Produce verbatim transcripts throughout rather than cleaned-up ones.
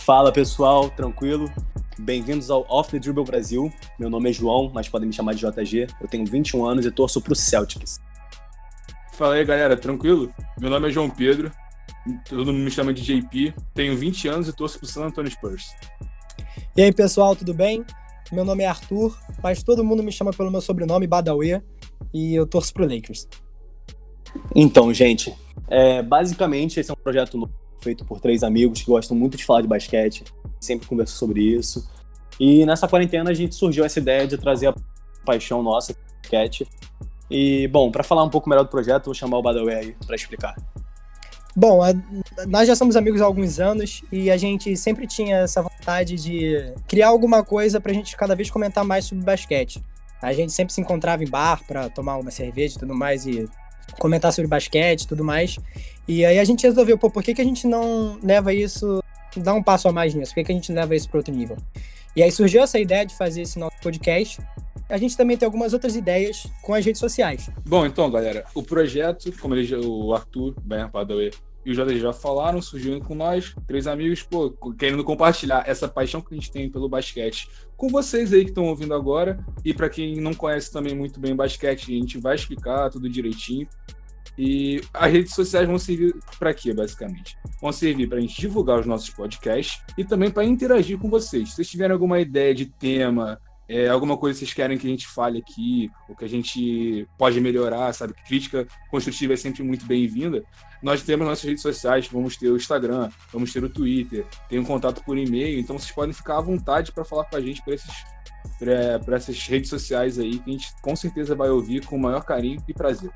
Fala pessoal, tranquilo? Bem-vindos ao Off the Dribble Brasil. Meu nome é João, mas podem me chamar de J G. Eu tenho vinte e um anos e torço pro Celtics. Fala aí galera, tranquilo? Meu nome é João Pedro, todo mundo me chama de J P, tenho vinte anos e torço pro San Antonio Spurs. E aí pessoal, tudo bem? Meu nome é Arthur, mas todo mundo me chama pelo meu sobrenome, Badawi, e eu torço pro Lakers. Então, gente, é, basicamente esse é um projeto novo, feito por três amigos que gostam muito de falar de basquete, sempre conversam sobre isso. E nessa quarentena a gente surgiu essa ideia de trazer a paixão nossa pro basquete. E, bom, para falar um pouco melhor do projeto, vou chamar o Badawi aí para explicar. Bom, a, nós já somos amigos há alguns anos e a gente sempre tinha essa vontade de criar alguma coisa pra gente cada vez comentar mais sobre basquete. A gente sempre se encontrava em bar pra tomar uma cerveja e tudo mais e comentar sobre basquete e tudo mais. E aí a gente resolveu, pô, por que que a gente não leva isso, dá um passo a mais nisso? Por que que a gente leva isso para outro nível? E aí surgiu essa ideia de fazer esse nosso podcast. A gente também tem algumas outras ideias com as redes sociais. Bom, então, galera, o projeto, como ele, o Arthur, Ben Badawi e o J J já falaram, surgiu com nós, três amigos, pô, querendo compartilhar essa paixão que a gente tem pelo basquete com vocês aí que estão ouvindo agora. E para quem não conhece também muito bem basquete, a gente vai explicar tudo direitinho. E as redes sociais vão servir para quê, basicamente? Vão servir para a gente divulgar os nossos podcasts e também para interagir com vocês. Se vocês tiverem alguma ideia de tema, é, alguma coisa que vocês querem que a gente fale aqui, ou que a gente pode melhorar, sabe? Crítica construtiva é sempre muito bem-vinda. Nós temos nossas redes sociais, vamos ter o Instagram, vamos ter o Twitter, tem um contato por e-mail, então vocês podem ficar à vontade para falar com a gente por esses, por essas redes sociais aí, que a gente com certeza vai ouvir com o maior carinho e prazer.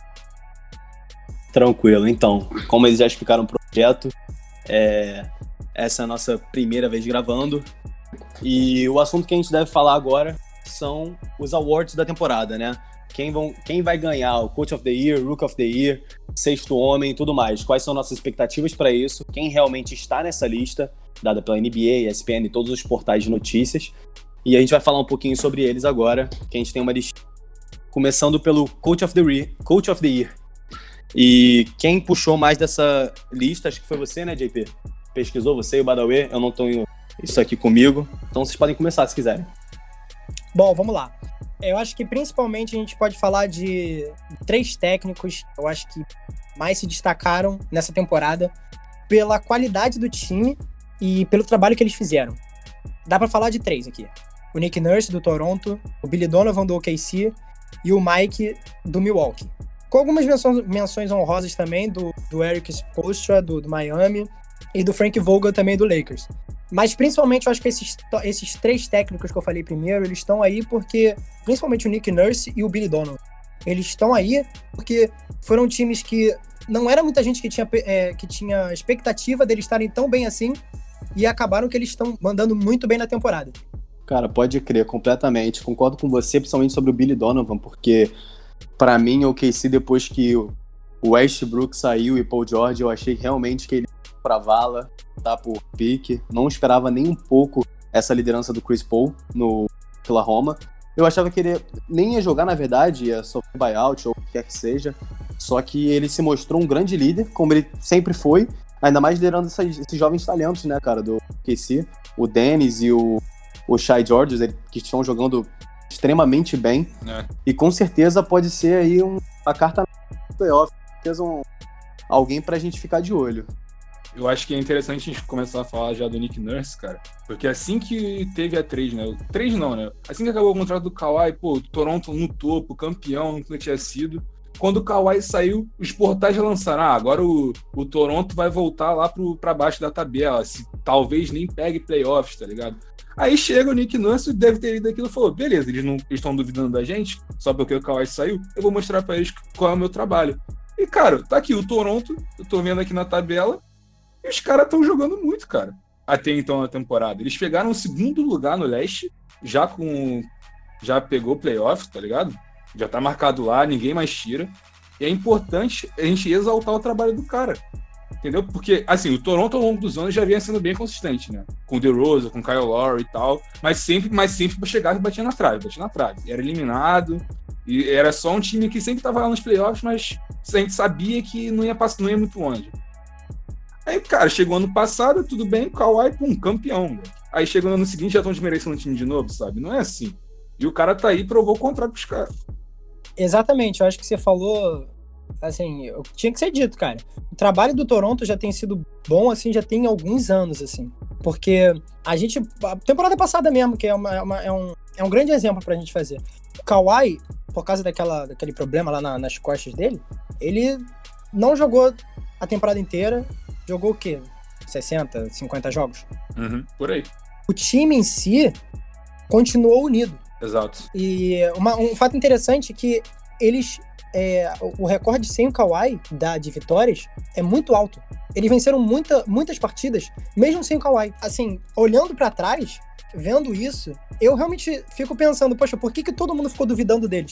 Tranquilo, então, como eles já explicaram o projeto, é, essa é a nossa primeira vez gravando, e o assunto que a gente deve falar agora são os awards da temporada, né? Quem, vão, quem vai ganhar o Coach of the Year, Rook of the Year, Sexto Homem e tudo mais. Quais são nossas expectativas para isso? Quem realmente está nessa lista, dada pela N B A, E S P N e todos os portais de notícias. E a gente vai falar um pouquinho sobre eles agora, que a gente tem uma lista. Começando pelo Coach of the Year. Coach of the Year. E quem puxou mais dessa lista, acho que foi você, né, J P? Pesquisou, você e o Badawi, eu não tenho isso aqui comigo, então vocês podem começar se quiserem. Bom, vamos lá. Eu acho que principalmente a gente pode falar de três técnicos, eu acho que mais se destacaram nessa temporada pela qualidade do time e pelo trabalho que eles fizeram. Dá pra falar de três aqui. O Nick Nurse, do Toronto, o Billy Donovan, do O K C e o Mike, do Milwaukee. Com algumas menções, menções honrosas também do, do Eric Spoelstra, do, do Miami, e do Frank Vogel também do Lakers. Mas principalmente eu acho que esses, esses três técnicos que eu falei primeiro, eles estão aí porque, principalmente o Nick Nurse e o Billy Donovan, eles estão aí porque foram times que não era muita gente que tinha, é, que tinha expectativa deles estarem tão bem assim, e acabaram que eles estão mandando muito bem na temporada. Cara, pode crer, completamente. Concordo com você, principalmente sobre o Billy Donovan, porque pra mim, o O K C, depois que o Westbrook saiu e Paul George, eu achei realmente que ele ia pra vala, tá, por pique. Não esperava nem um pouco essa liderança do Chris Paul no Oklahoma. Eu achava que ele nem ia jogar, na verdade, ia sofrer buyout ou o que quer que seja. Só que ele se mostrou um grande líder, como ele sempre foi, ainda mais liderando esses, esses jovens talentos, né, cara, do O K C. O Dennis e o, o Shai Georges, que estão jogando extremamente bem, é. E com certeza pode ser aí um, a carta no playoff, um, alguém pra gente ficar de olho. Eu acho que é interessante a gente começar a falar já do Nick Nurse, cara, porque assim que teve a trade, né, trade não, né, assim que acabou o contrato do Kawhi, pô, Toronto no topo, campeão, nunca tinha sido. Quando o Kawhi saiu, os portais já lançaram, ah, agora o, o Toronto vai voltar lá pro, pra baixo da tabela, se talvez nem pegue playoffs, tá ligado? Aí chega o Nick Nurse, deve ter ido aquilo e falou, beleza, eles não estão duvidando da gente, só porque o Kawhi saiu, eu vou mostrar pra eles qual é o meu trabalho. E, cara, tá aqui o Toronto, eu tô vendo aqui na tabela, e os caras estão jogando muito, cara, até então na temporada. Eles pegaram o segundo lugar no leste, já com... já pegou playoff, tá ligado? Já tá marcado lá, ninguém mais tira. E é importante a gente exaltar o trabalho do cara. Entendeu? Porque, assim, o Toronto ao longo dos anos já vinha sendo bem consistente, né? Com o DeRozan, com o Kyle Lowry e tal. Mas sempre, mas sempre pra chegar e batia na trave, batia na trave. Era eliminado. E era só um time que sempre tava lá nos playoffs, mas a gente sabia que não ia, passar, não ia muito longe. Aí, cara, chegou ano passado, tudo bem, Kawhi, pum, campeão. Né? Aí chegou no ano seguinte, já estão desmerecendo o time de novo, sabe? Não é assim. E o cara tá aí e provou o contrato pros caras. Exatamente, eu acho que você falou, assim, tinha que ser dito, cara. O trabalho do Toronto já tem sido bom, assim, já tem alguns anos, assim. Porque a gente, a temporada passada mesmo, que é, uma, uma, é, um, é um grande exemplo pra gente fazer. O Kawhi, por causa daquela, daquele problema lá na, nas costas dele, ele não jogou a temporada inteira, jogou o quê? sessenta, cinquenta jogos? Uhum, por aí. O time em si continuou unido. Exato. E uma, um fato interessante é que eles, é, o recorde sem o Kawhi da, de vitórias é muito alto. Eles venceram muita, muitas partidas, mesmo sem o Kawhi. Assim, olhando pra trás, vendo isso, eu realmente fico pensando, poxa, por que, que todo mundo ficou duvidando deles?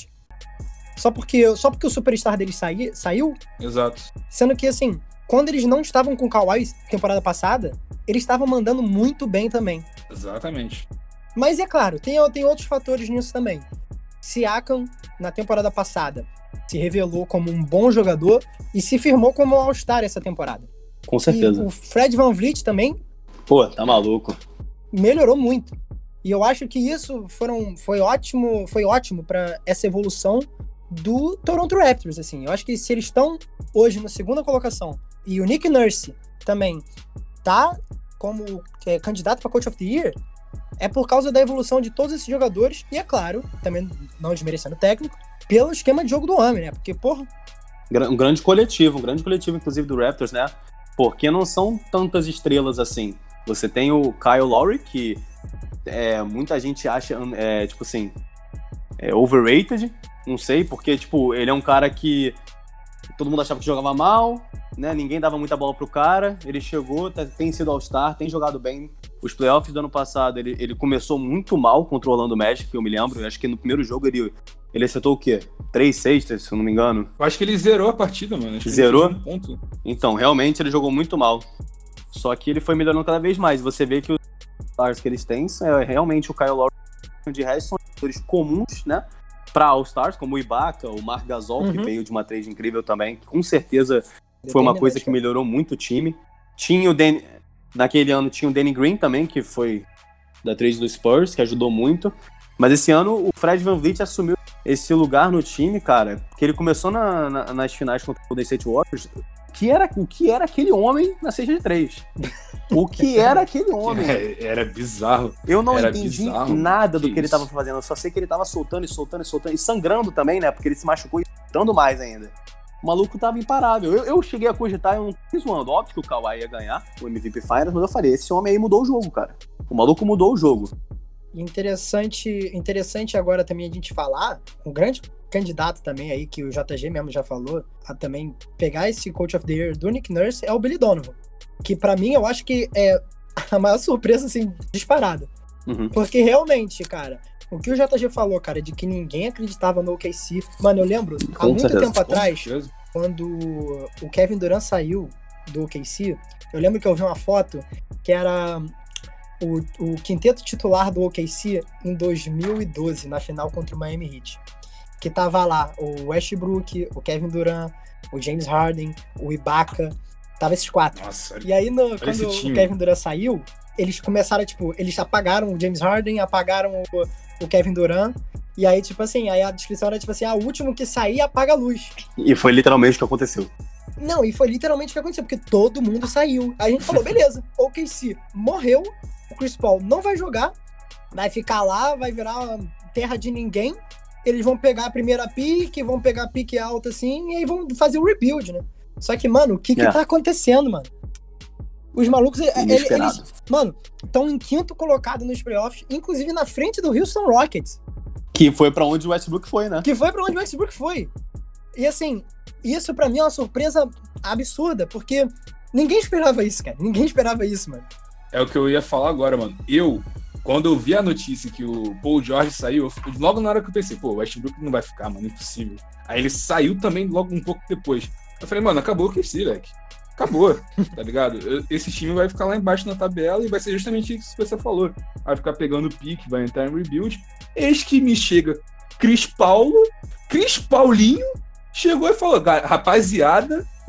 Só porque, só porque o superstar deles saí, saiu? Exato. Sendo que, assim, quando eles não estavam com o Kawhi temporada passada, eles estavam mandando muito bem também. Exatamente. Mas é claro, tem, tem outros fatores nisso também. Siakam, na temporada passada, se revelou como um bom jogador e se firmou como um All-Star essa temporada. Com certeza. E o Fred VanVleet também... Pô, tá maluco. Melhorou muito. E eu acho que isso foram, foi ótimo, foi ótimo para essa evolução do Toronto Raptors, assim. Eu acho que se eles estão hoje na segunda colocação e o Nick Nurse também tá como é, candidato para Coach of the Year, é por causa da evolução de todos esses jogadores e, é claro, também não desmerecendo o técnico, pelo esquema de jogo do homem, né? Porque, porra... Um grande coletivo, um grande coletivo, inclusive, do Raptors, né? Porque não são tantas estrelas assim. Você tem o Kyle Lowry, que é, muita gente acha, é, tipo assim, é overrated, não sei, porque, tipo, ele é um cara que todo mundo achava que jogava mal, né? Ninguém dava muita bola pro cara, ele chegou, tem sido All-Star, tem jogado bem. Os playoffs do ano passado, ele, ele começou muito mal contra o Orlando Magic, eu me lembro. Eu acho que no primeiro jogo ele, ele acertou o quê? Três cestas, se eu não me engano. Eu acho que ele zerou a partida, mano. Acho zerou? Que ele fez um ponto. Então, realmente ele jogou muito mal. Só que ele foi melhorando cada vez mais. Você vê que os stars que eles têm é realmente o Kyle Lowry. De resto, são jogadores comuns, né? Para All-Stars, como o Ibaka, o Marc Gasol, uhum. que veio de uma trade incrível também. Com certeza foi uma coisa que melhorou muito o time. Tinha o Danny... Naquele ano tinha o Danny Green também, que foi da trade do Spurs, que ajudou muito. Mas esse ano o Fred VanVleet assumiu esse lugar no time, cara, que ele começou na, na, nas finais contra o Golden State Warriors. Que era, o que era aquele homem na cesta de três? O que era aquele homem? É, era bizarro. Eu não era entendi bizarro, nada do que que ele tava fazendo. Eu só sei que ele tava soltando e soltando e soltando. E sangrando também, né? Porque ele se machucou e soltando mais ainda. O maluco tava imparável. Eu, eu cheguei a cogitar, eu não tô zoando. Óbvio que o Kawhi ia ganhar o M V P Finals, mas eu falei, esse homem aí mudou o jogo, cara. O maluco mudou o jogo. Interessante, interessante agora também a gente falar, um grande candidato também aí, que o J G mesmo já falou, a também pegar esse Coach of the Year do Nick Nurse, é o Billy Donovan. Que pra mim, eu acho que é a maior surpresa, assim, disparada. Uhum. Porque realmente, cara, o que o J G falou, cara, de que ninguém acreditava no O K C. Mano, eu lembro, há Com muito certeza. tempo atrás, quando o Kevin Durant saiu do O K C, eu lembro que eu vi uma foto que era o, o quinteto titular do O K C em dois mil e doze, na final contra o Miami Heat. Que tava lá o Westbrook, o Kevin Durant, o James Harden, o Ibaka, tava esses quatro. Nossa, e aí, no, quando o time. Kevin Durant saiu, eles começaram, tipo, eles apagaram o James Harden, apagaram o, o Kevin Durant, e aí, tipo assim, aí a descrição era, tipo assim, ah, o último que sair apaga a luz. E foi literalmente o que aconteceu. Não, e foi literalmente o que aconteceu, porque todo mundo saiu. Aí a gente falou, beleza, o O K C morreu, o Chris Paul não vai jogar, vai ficar lá, vai virar terra de ninguém, eles vão pegar a primeira pique, vão pegar a pique alta assim, e aí vão fazer o rebuild, né? Só que, mano, o que que é. tá acontecendo, mano? Os malucos, eles, eles mano, estão em quinto colocado nos playoffs, inclusive na frente do Houston Rockets. Que foi pra onde o Westbrook foi, né? Que foi pra onde o Westbrook foi. E assim, isso pra mim é uma surpresa absurda, porque ninguém esperava isso, cara. Ninguém esperava isso, mano. É o que eu ia falar agora, mano. Eu... Quando eu vi a notícia que o Paul George saiu, eu, logo na hora que eu pensei, pô, o Westbrook não vai ficar, mano, impossível. Aí ele saiu também logo um pouco depois. Eu falei, mano, acabou o K C, leque. Acabou, tá ligado? Esse time vai ficar lá embaixo na tabela e vai ser justamente isso que você falou. Vai ficar pegando pique, vai entrar em rebuild. Eis que me chega Chris Paulo, Chris Paulinho, chegou e falou, rapaziada,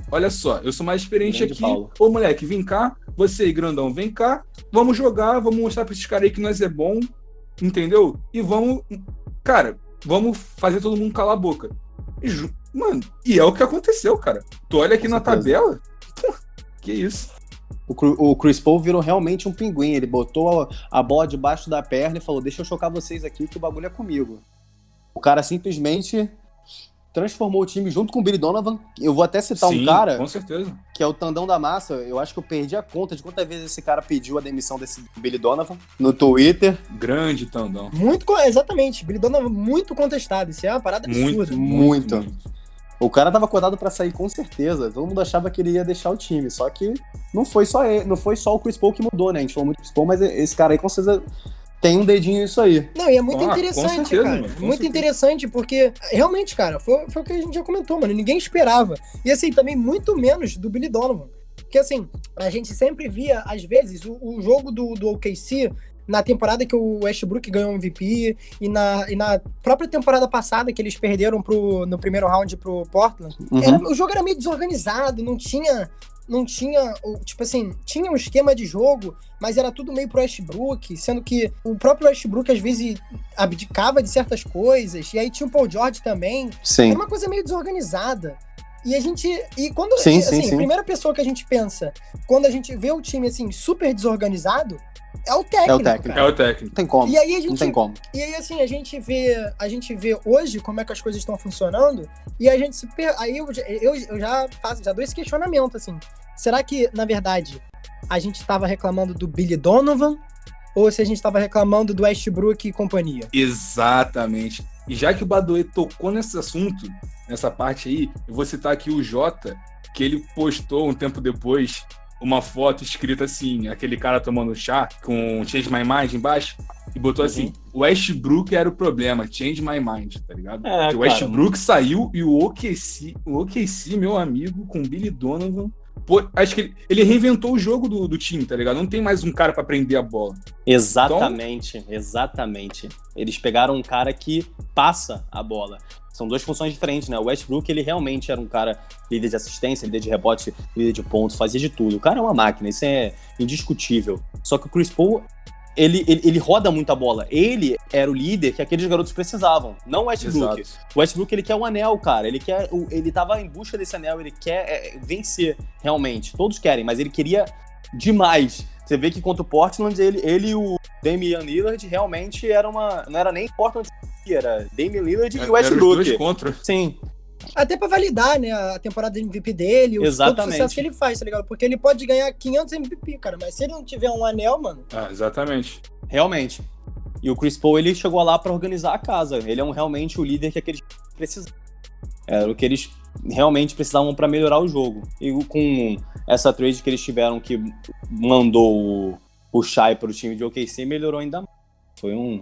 olha só, eu sou mais experiente Grande aqui. Paulo. Ô, moleque, vem cá. Você aí, grandão, vem cá. Vamos jogar, vamos mostrar pra esses caras aí que nós é bom. Entendeu? E vamos... Cara, vamos fazer todo mundo calar a boca. E, mano, e é o que aconteceu, cara. Tu olha aqui Com na certeza. tabela... Pô, que isso? O, o Chris Paul virou realmente um pinguim. Ele botou a, a bola debaixo da perna e falou, deixa eu chocar vocês aqui que o bagulho é comigo. O cara simplesmente transformou o time junto com o Billy Donovan. Eu vou até citar Sim, um cara com certeza. que é o Tandão da Massa. Eu acho que eu perdi a conta de quantas vezes esse cara pediu a demissão desse Billy Donovan no Twitter. Grande Tandão. Muito, co- exatamente. Billy Donovan muito contestado. Isso é uma parada absurda. Muito, Muito. muito. O cara tava cotado pra sair com certeza. Todo mundo achava que ele ia deixar o time. Só que não foi só ele, não foi só o Chris Paul que mudou, né? A gente falou muito do Chris Paul, mas esse cara aí com certeza tem um dedinho nisso aí. Não, e é muito Ah, com interessante, certeza, cara. mano, com Muito certeza. interessante, porque realmente, cara, foi, foi o que a gente já comentou, mano. Ninguém esperava. E assim, também muito menos do Billy Donovan. Porque assim, a gente sempre via, às vezes, o, o jogo do, do O K C na temporada que o Westbrook ganhou o M V P e na, e na própria temporada passada que eles perderam pro, no primeiro round pro Portland. Uhum. Era- o jogo era meio desorganizado, não tinha. Não tinha, o- tipo assim, tinha um esquema de jogo, mas era tudo meio pro Westbrook, sendo que o próprio Westbrook às vezes abdicava de certas coisas, e aí tinha o Paul George também. Sim. Era uma coisa meio desorganizada. E a gente. E quando. Sim, assim, sim, sim. a primeira pessoa que a gente pensa, quando a gente vê o time assim, super desorganizado, é o técnico. É o técnico. É cara. o técnico. Não tem como. E aí a Não gente tem como. e aí, assim, a gente vê, a gente vê hoje como é que as coisas estão funcionando, e a gente se per... aí eu, já- eu, eu já faço, já dou esse questionamento, assim. Será que, na verdade, a gente estava reclamando do Billy Donovan, ou se a gente estava reclamando do Westbrook e companhia? Exatamente. E já que o Badoe tocou nesse assunto, nessa parte aí, eu vou citar aqui o Jota, que ele postou um tempo depois uma foto escrita assim, aquele cara tomando chá com Change My Mind embaixo, e botou Uhum. assim, Westbrook era o problema, Change My Mind, tá ligado? É, Porque o Westbrook saiu e o O K C, o O K C, meu amigo, com Billy Donovan, pô, acho que ele, ele reinventou o jogo do, do time, tá ligado? Não tem mais um cara pra prender a bola. Exatamente, exatamente. Eles pegaram um cara que passa a bola. São duas funções diferentes, né? O Westbrook, ele realmente era um cara líder de assistência, líder de rebote, líder de pontos, fazia de tudo. O cara é uma máquina, isso é indiscutível. Só que o Chris Paul, ele, ele, ele roda muito a bola. Ele era o líder que aqueles garotos precisavam, não o Westbrook. Exato. O Westbrook, ele quer um anel, cara. Ele quer, o- ele tava em busca desse anel, ele quer é, vencer, realmente. Todos querem, mas ele queria demais. Você vê que contra o Portland, ele, ele e o Damian Lillard realmente era uma... Não era nem Portland, era Damian Lillard e Era- eram os Westbrook. dois contra. Sim, Até pra validar, né, a temporada de M V P dele, o todo o Exatamente. sucesso que ele faz, tá ligado? Porque ele pode ganhar quinhentos M V P, cara, mas se ele não tiver um anel, mano... Ah, exatamente. realmente. E o Chris Paul, ele chegou lá pra organizar a casa. Ele é um, realmente o líder que aqueles precisavam. Era o que eles realmente precisavam pra melhorar o jogo. E o- com essa trade que eles tiveram, que mandou o, o Shai pro time de O K C, melhorou ainda mais. Foi um,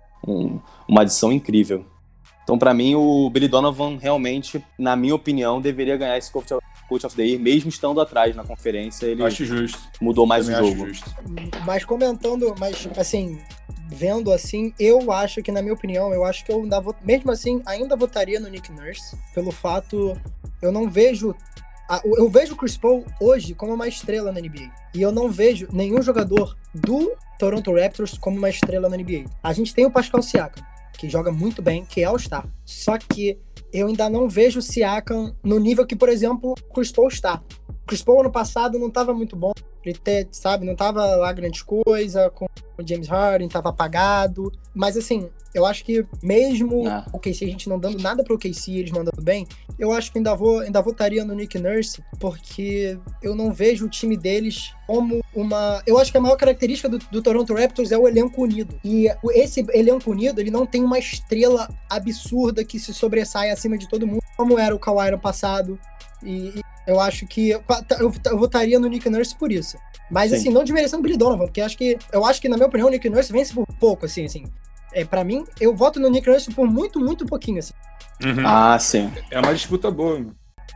um- uma adição incrível. Então, pra mim, o Billy Donovan realmente, na minha opinião, deveria ganhar esse Coach of, Coach of the Year, mesmo estando atrás na conferência. Ele Acho justo. mudou mais Também o acho jogo. justo. Mas comentando, mas assim, vendo assim, eu acho que, na minha opinião, eu acho que eu ainda vou, mesmo assim, ainda votaria no Nick Nurse, pelo fato, eu não vejo, a- eu vejo o Chris Paul hoje como uma estrela na N B A, e eu não vejo nenhum jogador do Toronto Raptors como uma estrela na N B A. A gente tem o Pascal Siakam, que joga muito bem, que é All-Star, só que eu ainda não vejo o Siakam no nível que, por exemplo, o Chris Paul está. O Chris Paul ano passado não estava muito bom, ele te, sabe, não tava lá grande coisa, com o James Harden, tava apagado, mas assim, eu acho que mesmo Ah. o K C, a gente não dando nada pro K C, eles mandando bem, eu acho que ainda, vou, ainda votaria no Nick Nurse, porque eu não vejo o time deles como uma... Eu acho que a maior característica do, do Toronto Raptors é o elenco unido, e o- esse elenco unido, ele não tem uma estrela absurda que se sobressai acima de todo mundo, como era o Kawhi ano passado, e, e eu acho que eu, eu, eu votaria no Nick Nurse por isso. Mas, Sim. assim, não desmerecendo o Billy Donovan, porque acho que, eu acho que, na minha opinião, o Nick Nurse vence por pouco, assim, assim. É, pra mim, eu voto no Nick Nurse por muito, muito pouquinho, assim. Uhum. Ah, sim. É uma disputa boa, mano.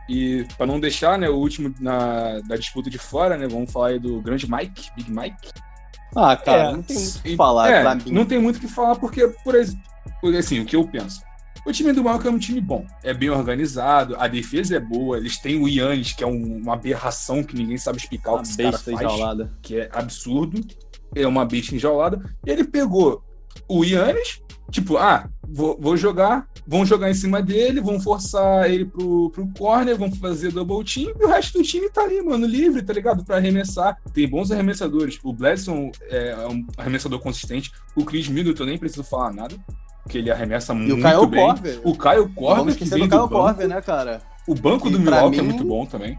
E pra não deixar, né, o último na, da disputa de fora, né, vamos falar aí do grande Mike, Big Mike. Ah, cara, É. não tem muito o que E- falar é, pra mim. não tem muito o que falar porque, por exemplo, assim, o que eu penso. O time do Milwaukee é um time bom, é bem organizado, a defesa é boa, eles têm o Giannis, que é um, uma aberração que ninguém sabe explicar Uma o que esse cara besta faz, enjaulada. que é absurdo, é uma besta enjaulada, e ele pegou o Giannis, tipo, ah, vou, vou jogar, vão jogar em cima dele, vão forçar ele pro, pro corner, vão fazer double team, e o resto do time tá ali, mano, livre, tá ligado? Pra arremessar. Tem bons arremessadores. O Bledsoe é um arremessador consistente. O Chris Middleton, nem preciso falar nada, porque ele arremessa E muito o Kyle bem. Korver. O Kyle Vamos Korver, que esquecer vem do do Kyle banco. Korver, né, cara? O banco do E pra Milwaukee é mim- muito bom também.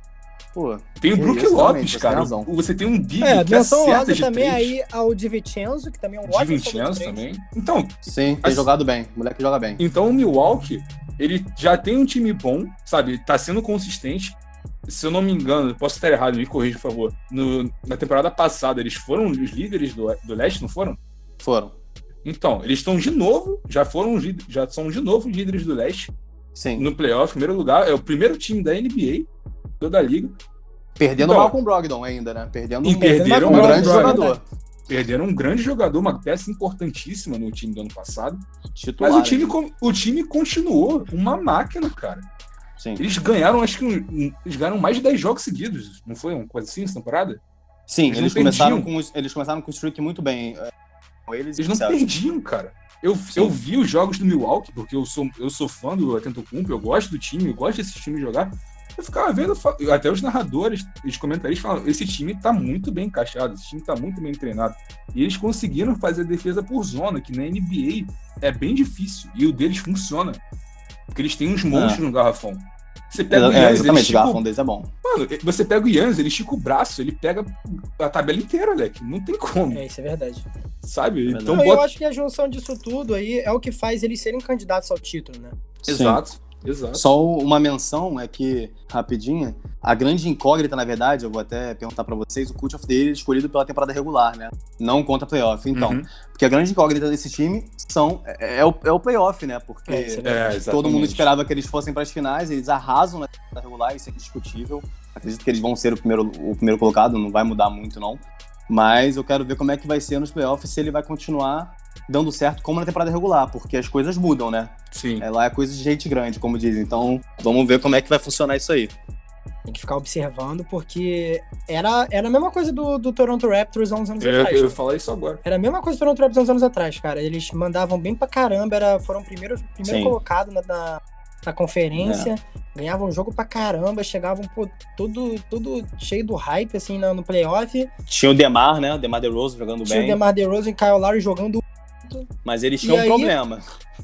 Pô, Tem o que Brook isso, Lopes, realmente, você tem cara. razão. Você tem um big É, que menção acerta rosa de também três. aí ao DiVincenzo, que também é um De ótimo Vincenzo jogador de três. também. Então, sim, tem Assim- jogado bem. O moleque joga bem. Então o Milwaukee, ele já tem um time bom, sabe? Tá sendo consistente. Se eu não me engano, posso estar errado, me corrija, por favor. No- na temporada passada, eles foram os líderes do, do leste, não foram? Foram. Então, eles estão de novo, já foram os líderes- já são de novo os líderes do leste Sim. no playoff, primeiro lugar. É o primeiro time da N B A, toda a liga. Perdendo Então- o Malcolm Brogdon ainda, né? Perdendo E um, perderam um o grande Malcolm jogador. Perderam um grande jogador, uma peça importantíssima no time do ano passado. Titular. Mas o time, hein? con- o time continuou uma máquina, cara. Sim. Eles ganharam, acho que um- um- eles ganharam mais de dez jogos seguidos, não foi uma coisa assim essa temporada? Sim, Eles eles, não começaram perdiam. com, os- eles começaram com o streak muito bem. é, Com eles, Eles não Celtics. perdiam, cara. Eu, eu vi os jogos do Milwaukee, porque eu sou, eu sou fã do Antetokounmpo, eu gosto do time, eu gosto desse time jogar. Eu ficava vendo, fa- até os narradores, os comentaristas falam, esse time tá muito bem encaixado, esse time tá muito bem treinado. E eles conseguiram fazer a defesa por zona, que na N B A é bem difícil, e o deles funciona. Porque eles têm uns monstros no garrafão. Você pega o É, Giannis, ele exatamente, o estica o- garrafão deles é bom. Mano, você pega o Giannis, ele estica o braço, ele pega a tabela inteira, Leque. Não tem como, É, isso é verdade. sabe? verdade. Então Não, eu bota... acho que a junção disso tudo aí é o que faz eles serem candidatos ao título, né? Exato, exato. Só uma menção é que, rapidinha, a grande incógnita, na verdade, eu vou até perguntar pra vocês, o Cult of the Year é escolhido pela temporada regular, né? Não contra playoff. Então, Uhum. porque a grande incógnita desse time são, é, é o, é o playoff, né? Porque É, isso é É, verdade. todo mundo exatamente. esperava que eles fossem pras finais, eles arrasam na temporada regular, isso é indiscutível. Acredito que eles vão ser o primeiro, o primeiro colocado, não vai mudar muito, não. Mas eu quero ver como é que vai ser nos playoffs, se ele vai continuar dando certo como na temporada regular, porque as coisas mudam, né? Sim. É, lá é coisa de gente grande, como dizem. Então, vamos ver como é que vai funcionar isso aí. Tem que ficar observando, porque era, era a mesma coisa do, do Toronto Raptors há uns anos Eu, atrás. eu ia cara. falar isso agora. Era a mesma coisa do Toronto Raptors há uns anos atrás, cara. Eles mandavam bem pra caramba, era, foram o primeiro, primeiro Sim. colocado na, na, na conferência, ganhavam jogo pra caramba, chegavam pô, tudo, tudo cheio do hype, assim, no, no playoff. Tinha o Demar, né? O Demar DeRozan jogando Tinha o bem. DeMar DeRozan e Kyle Lowry jogando. Mas eles E tinham um aí- problema.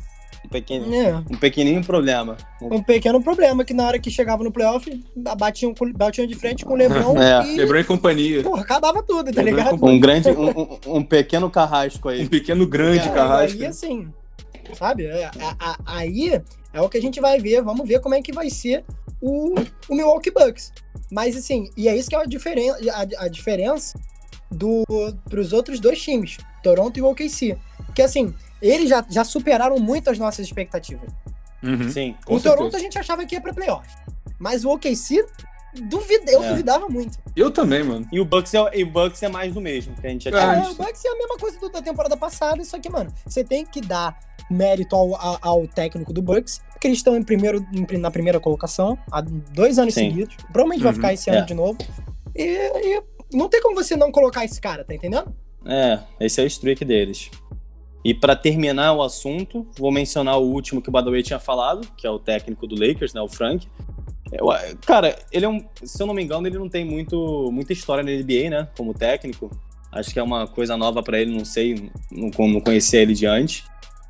Um pequenininho, É, um pequenininho problema. Um- um pequeno problema, que na hora que chegava no playoff, batiam, com- batiam de frente com o LeBron É. e, Lembrou em companhia. porra, acabava tudo, tá Lembrou em ligado? companhia. Um grande, um, um- um pequeno carrasco Um aí. pequeno grande É, carrasco. Aí, assim, sabe? É, a- a- Aí é o que a gente vai ver. Vamos ver como é que vai ser o, o Milwaukee Bucks. Mas, assim, e é isso que é a, diferen a, a diferença do, pros outros dois times, Toronto e o O K C. Porque, assim, eles já, já superaram muito as nossas expectativas. Uhum. Sim. Com o certeza. Toronto a gente achava que ia pra playoff. Mas o O K C, duvida, eu É. duvidava muito. Eu também, mano. E o Bucks é, e o Bucks é mais do mesmo, que a gente já É, tinha É, visto. o Bucks é a mesma coisa do- da temporada passada, só que, mano, você tem que dar mérito ao, ao, ao técnico do Bucks, porque eles estão em primeiro, em- na primeira colocação há dois anos Sim. seguidos. Provavelmente vai Uhum. ficar esse ano É. de novo. E, e não tem como você não colocar esse cara, tá entendendo? É, esse é o streak deles. E pra terminar o assunto, vou mencionar o último que o Badaway tinha falado, que é o técnico do Lakers, né, o Frank. Eu, cara, ele é um, se eu não me engano, ele não tem muito, muita história na N B A, né, como técnico. Acho que é uma coisa nova pra ele, não sei, não, não conhecia ele de antes.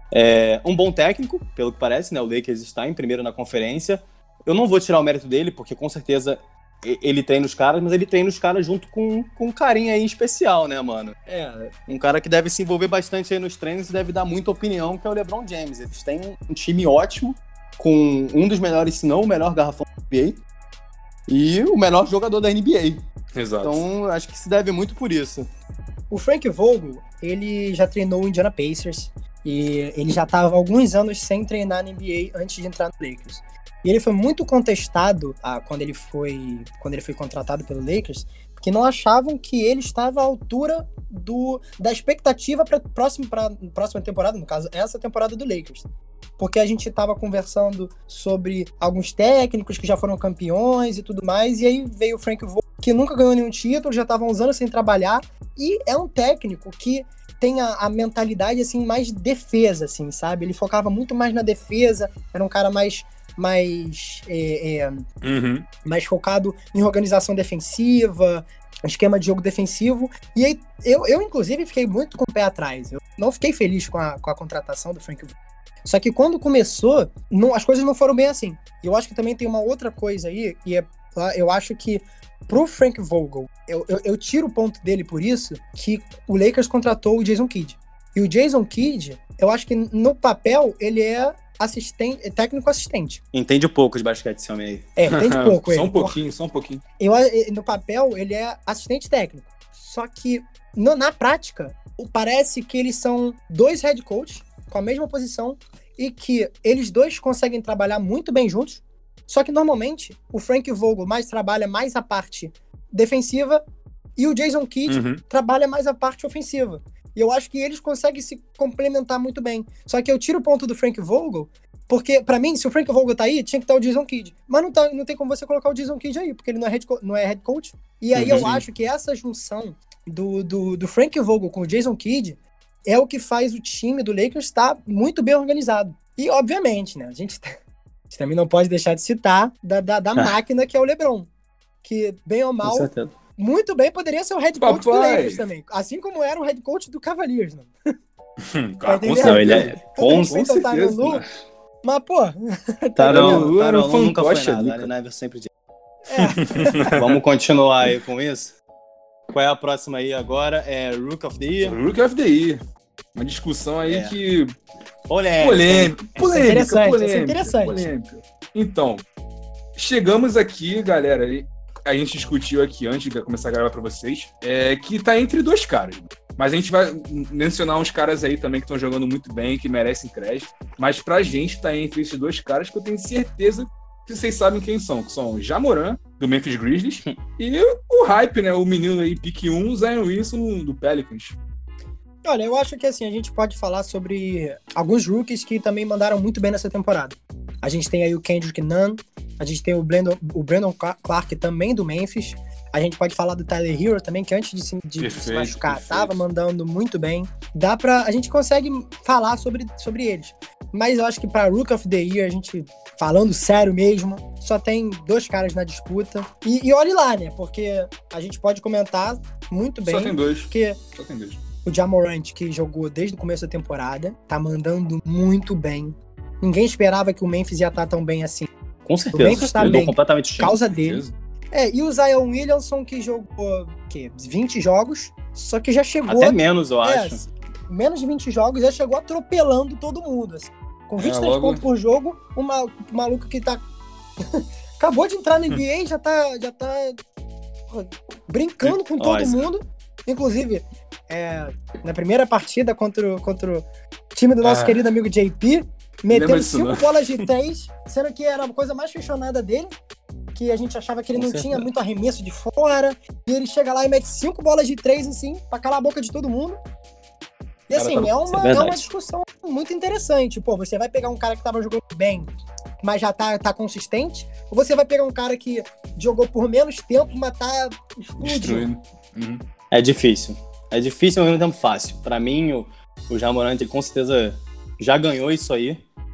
É um bom técnico, pelo que parece, né, o Lakers está em primeiro na conferência. Eu não vou tirar o mérito dele, porque com certeza ele treina os caras, mas ele treina os caras junto com, com um carinha aí especial, né, mano? É, Um cara que deve se envolver bastante aí nos treinos e deve dar muita opinião, que é o LeBron James. Eles têm um time ótimo, com um dos melhores, se não o melhor garrafão da N B A, e o melhor jogador da N B A. Exato. Então, acho que se deve muito por isso. o Frank Vogel, ele já treinou o Indiana Pacers e ele já tava há alguns anos sem treinar na N B A antes de entrar no Lakers. E ele foi muito contestado ah, quando, ele foi, quando ele foi contratado pelo Lakers, que não achavam que ele estava à altura do, da expectativa para a próxima, próxima temporada, no caso, essa temporada do Lakers. Porque a gente estava conversando sobre alguns técnicos que já foram campeões e tudo mais, e aí veio o Frank Vogel, que nunca ganhou nenhum título, já estava uns anos sem trabalhar, e é um técnico que tem a, a mentalidade, assim, mais de defesa, assim, sabe? Ele focava muito mais na defesa, era um cara mais... mais, é, é, uhum. mais focado em organização defensiva, esquema de jogo defensivo, e aí eu, eu inclusive fiquei muito com o pé atrás, eu não fiquei feliz com a, com a contratação do Frank Vogel. Só que quando começou, não, as coisas não foram bem assim. E eu acho que também tem uma outra coisa aí, e é, eu acho que pro Frank Vogel, eu, eu, eu tiro o ponto dele por isso, que o Lakers contratou o Jason Kidd. E o Jason Kidd, eu acho que no papel ele é assistente, técnico assistente. Entende pouco de basquete esse homem aí. É, entende pouco. Só ele. um pouquinho, só um pouquinho. Eu, no papel, ele é assistente técnico. Só que, no, na prática, parece que eles são dois head coaches com a mesma posição e que eles dois conseguem trabalhar muito bem juntos. Só que, normalmente, o Frank Vogel mais trabalha mais a parte defensiva e o Jason Kidd Uhum. trabalha mais a parte ofensiva. E eu acho que eles conseguem se complementar muito bem. Só que eu tiro o ponto do Frank Vogel, porque, pra mim, se o Frank Vogel tá aí, tinha que estar o Jason Kidd. Mas não, tá, não tem como você colocar o Jason Kidd aí, porque ele não é head, co- não é head coach. E aí Uhum. eu acho que essa junção do, do, do Frank Vogel com o Jason Kidd é o que faz o time do Lakers estar muito bem organizado. E, obviamente, né, a gente, a gente também não pode deixar de citar da, da, da máquina que é o LeBron. Que, bem ou Com mal, certeza. muito bem poderia ser o head coach do Papai. Lakers também. Assim como era o head coach do Cavaliers, né? Hum, Tá ah, com entendendo? Não, ele é. Tudo Com respeito ao Tyronn certeza, Lue, né? mas, pô... Tá, Tyronn não, Lue era um Tyronn Lue nunca foi fantoche nada. ali, Allen cara. Iverson sempre disse. É, Vamos continuar aí com isso? Qual é a próxima aí agora? É Rook of the Year? Rookie of the Year. Uma discussão aí É. que... Polêmica. Polêmica, polêmica, interessante, polêmica, essa é interessante. polêmica. Então, chegamos aqui, galera, e a gente discutiu aqui antes de começar a gravar pra vocês, é, que tá entre dois caras. Mas a gente vai mencionar uns caras aí também que estão jogando muito bem, que merecem crédito. Mas pra gente tá entre esses dois caras que eu tenho certeza que vocês sabem quem são. Que são o Ja Morant, do Memphis Grizzlies, e o hype, né? O menino aí, pique um, o Zion Wilson, do Pelicans. olha, eu acho que assim, a gente pode falar sobre alguns rookies que também mandaram muito bem nessa temporada. A gente tem aí o Kendrick Nunn, a gente tem o Brandon, o Brandon Clark também do Memphis. A gente pode falar do Tyler Hero também, que antes de se, de Perfeito, se machucar, perfeito. tava mandando muito bem. Dá pra, a gente consegue falar sobre, sobre eles. Mas eu acho que pra Rook of the Year, a gente, falando sério mesmo, só tem dois caras na disputa. E, e olhe lá, né? Porque a gente pode comentar muito bem. Só tem dois. Porque Só tem dois. o Ja Morant, que jogou desde o começo da temporada, tá mandando muito bem. Ninguém esperava que o Memphis ia estar tão bem assim. Com O certeza. Memphis tá Mudou bem. completamente o time. Causa dele. Certeza. É, e o Zion Williamson, que jogou, o quê? vinte jogos, só que já chegou... Até menos, eu é, acho. menos de vinte jogos, já chegou atropelando todo mundo, assim. Com vinte e três É, logo- pontos por jogo, o ma- o maluco que tá... Acabou de entrar na N B A, já tá, já tá porra, brincando com todo Olha. mundo. Inclusive, é, na primeira partida contra, o- contra o time do nosso Ah. querido amigo J P, meteu Lembra disso, cinco não? bolas de três, sendo que era a coisa mais questionada dele, que a gente achava que ele Com não certeza. tinha muito arremesso de fora, e ele chega lá e mete cinco bolas de três, assim, pra calar a boca de todo mundo. E Cara, assim, tá- é, isso é uma, é verdade. uma discussão muito interessante. Pô, você vai pegar um cara que tava jogando bem, mas já tá, tá consistente, ou você vai pegar um cara que jogou por menos tempo, mas tá explodindo. Destruindo. Uhum. É difícil. É difícil, mas ao mesmo tempo fácil. Pra mim, o, o Ja Morant, ele com certeza já ganhou isso aí,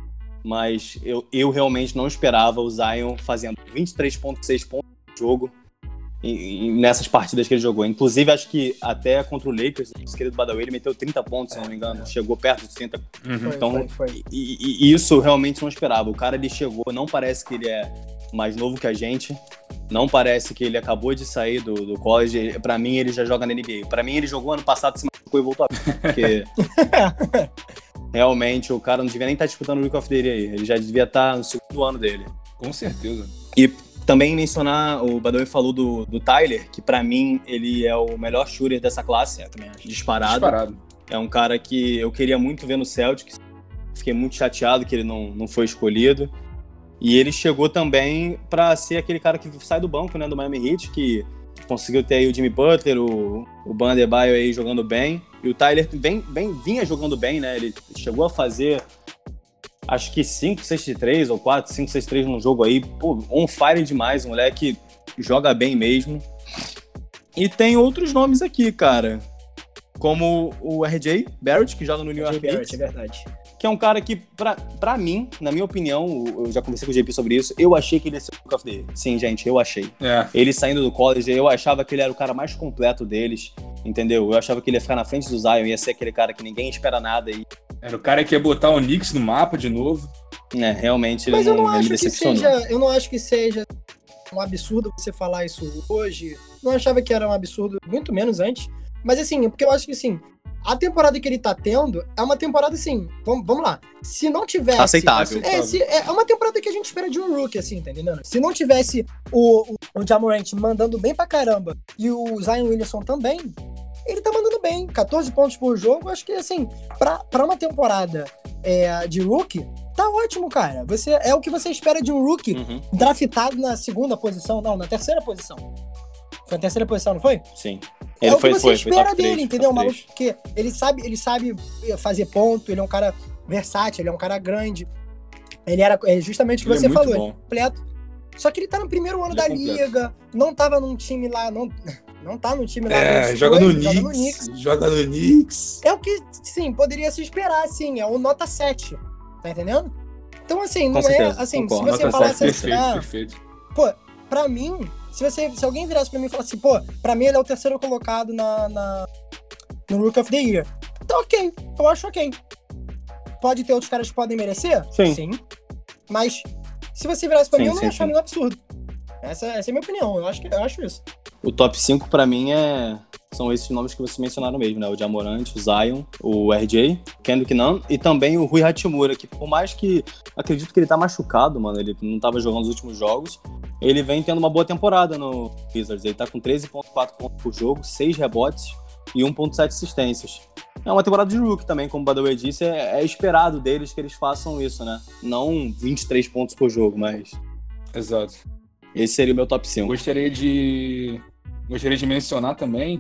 mas eu, eu realmente não esperava o Zion fazendo vinte e três vírgula seis pontos no jogo e, e nessas partidas que ele jogou. Inclusive, acho que até contra o Lakers, o nosso querido Badawi, ele meteu trinta pontos, se não me engano. Chegou perto dos trinta. Uhum. Foi, Então, foi, foi. E, e- e isso eu realmente não esperava. O cara, ele chegou, não parece que ele é mais novo que a gente, não parece que ele acabou de sair do, do college. Pra mim, ele já joga na N B A. Pra mim, ele jogou ano passado, se machucou e voltou a vir. Porque realmente o cara não devia nem estar disputando o Rook of the Year aí. Ele já devia estar no segundo ano dele. Com certeza. E também mencionar, o Badawi falou do, do Tyler, que pra mim ele é o melhor shooter dessa classe, é, também acho. Disparado. Disparado. É um cara que eu queria muito ver no Celtics. Fiquei muito chateado que ele não, não foi escolhido. E ele chegou também pra ser aquele cara que sai do banco, né, do Miami Heat, que conseguiu ter aí o Jimmy Butler, o, o Bam Adebayo aí jogando bem. E o Tyler bem, bem, vinha jogando bem, né? Ele chegou a fazer, acho que cinco, seis de três ou quatro, cinco, seis de três num jogo aí. Pô, on fire demais, o moleque joga bem mesmo. E tem outros nomes aqui, cara. Como o R J Barrett, que joga no New York Knicks. É verdade. Que é um cara que, pra, pra mim, na minha opinião, eu já conversei com o J P sobre isso, eu achei que ele ia ser o Rookie of the Year. Sim, gente, eu achei. É. Ele saindo do college, eu achava que ele era o cara mais completo deles, entendeu? Eu achava que ele ia ficar na frente do Zion, ia ser aquele cara que ninguém espera nada. E... Era o cara que ia botar o Knicks no mapa de novo. É, realmente ele Mas não, eu não ele acho me que decepcionou. seja, eu não acho que seja um absurdo você falar isso hoje. Não achava que era um absurdo, muito menos antes. Mas assim, porque eu acho que assim, a temporada que ele tá tendo é uma temporada assim, vamos, vamos lá. Se não tivesse... Aceitável. É, se, é uma temporada que a gente espera de um rookie, assim, tá entendendo? Se não tivesse o, o, o Ja Morant mandando bem pra caramba e o Zion Williamson também, ele tá mandando bem. catorze pontos por jogo, acho que assim, pra, pra uma temporada é, de rookie, tá ótimo, cara. Você, é o que você espera de um rookie Uhum. draftado na segunda posição, não, na terceira posição. Foi a terceira posição, não foi? Sim. É Ele o foi, que você foi, espera foi top dele, três, entendeu? top Maluco, três. porque ele sabe, ele sabe fazer ponto, ele é um cara versátil, ele é um cara grande. Ele era é justamente o que Ele é você muito falou, bom. ele é completo. Só que ele tá no primeiro ano Ele é da completo. liga, não tava num time lá, não, não tá num time lá. É, dos joga no, dois, joga no Knicks, joga no Knicks. É o que, sim, poderia se esperar, assim, é o nota sete, tá entendendo? Então, assim, não Com é, certeza, assim, concordo. se você Nota falasse sete, assim, perfeito, ah, perfeito. pô, pra mim, se, você, se alguém virasse pra mim e falasse assim, pô, pra mim ele é o terceiro colocado na, na, no Rookie of the Year, tá ok, eu acho ok. Pode ter outros caras que podem merecer? Sim. Mas, se você virasse pra Sim, mim, eu não sim, ia achar sim. nenhum absurdo. Essa, essa é a minha opinião, eu acho, que, eu acho isso. O top cinco pra mim é... são esses nomes que vocês mencionaram mesmo, né? O Ja Morant, o Zion, o R J, Kendrick Nunn e também o Rui Hachimura, que por mais que... acredito que ele tá machucado, mano, ele não tava jogando os últimos jogos, ele vem tendo uma boa temporada no Wizards. Ele tá com treze vírgula quatro pontos por jogo, seis rebotes e um vírgula sete assistências. É uma temporada de rookie também, como o Badaway disse, é, é esperado deles que eles façam isso, né? Não vinte e três pontos por jogo, mas Exato. esse seria o meu top cinco. Gostaria de, gostaria de mencionar também